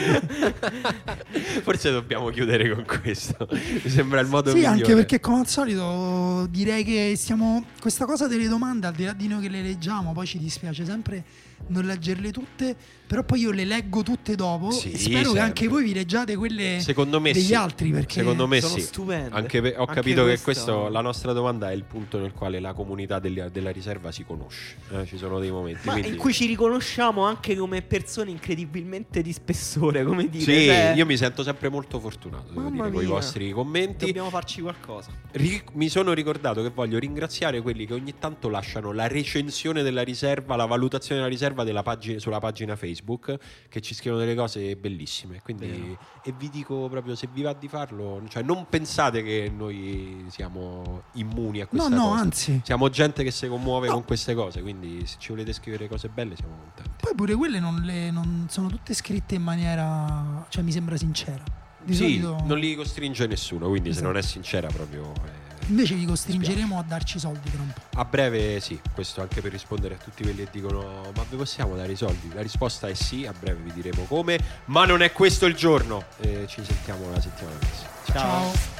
Speaker 1: Forse dobbiamo chiudere con questo. Mi sembra il modo
Speaker 3: Sì,
Speaker 1: migliore.
Speaker 3: anche perché come al solito direi che stiamo. Questa cosa delle domande, al di là di noi che le leggiamo, poi ci dispiace sempre non leggerle tutte. Però poi io le leggo tutte dopo.
Speaker 1: Sì,
Speaker 3: e spero
Speaker 1: sempre.
Speaker 3: che anche voi vi leggiate quelle
Speaker 1: Secondo me
Speaker 3: degli
Speaker 1: sì.
Speaker 3: altri. Perché
Speaker 1: Secondo me
Speaker 2: sono
Speaker 1: sì.
Speaker 2: stupende.
Speaker 1: Anche pe- ho
Speaker 2: Anche
Speaker 1: capito che
Speaker 2: questo-
Speaker 1: questo, la nostra domanda è il punto nel quale la comunità degli- della riserva si conosce. Eh, ci sono dei momenti.
Speaker 2: Ma
Speaker 1: quindi-
Speaker 2: in cui ci riconosciamo anche come persone incredibilmente di spessore, come dire.
Speaker 1: Sì,
Speaker 2: cioè,
Speaker 1: io mi sento sempre molto fortunato, devo
Speaker 2: Mamma
Speaker 1: dire, con i
Speaker 2: mia.
Speaker 1: vostri commenti.
Speaker 2: dobbiamo farci qualcosa.
Speaker 1: Ri- mi sono ricordato che voglio ringraziare quelli che ogni tanto lasciano la recensione della riserva, la valutazione della riserva della pagina, sulla pagina Facebook, che ci scrivono delle cose bellissime. Quindi, e vi dico proprio, se vi va di farlo, cioè non pensate che noi siamo immuni a questa
Speaker 3: No, no,
Speaker 1: cosa.
Speaker 3: anzi.
Speaker 1: Siamo gente che si commuove
Speaker 3: No.
Speaker 1: con queste cose, quindi se ci volete scrivere cose belle siamo contenti.
Speaker 3: Poi pure quelle non, le, non sono tutte scritte in maniera. Cioè mi sembra sincera. Di
Speaker 1: Sì,
Speaker 3: solito
Speaker 1: non li costringe nessuno, quindi se
Speaker 3: Esatto.
Speaker 1: non è sincera proprio... eh,
Speaker 3: invece vi costringeremo a darci soldi tra un po'.
Speaker 1: A breve sì, questo anche per rispondere a tutti quelli che dicono ma vi possiamo dare i soldi? La risposta è sì, a breve vi diremo come, ma non è questo il giorno. Eh, ci sentiamo la settimana prossima.
Speaker 3: Ciao.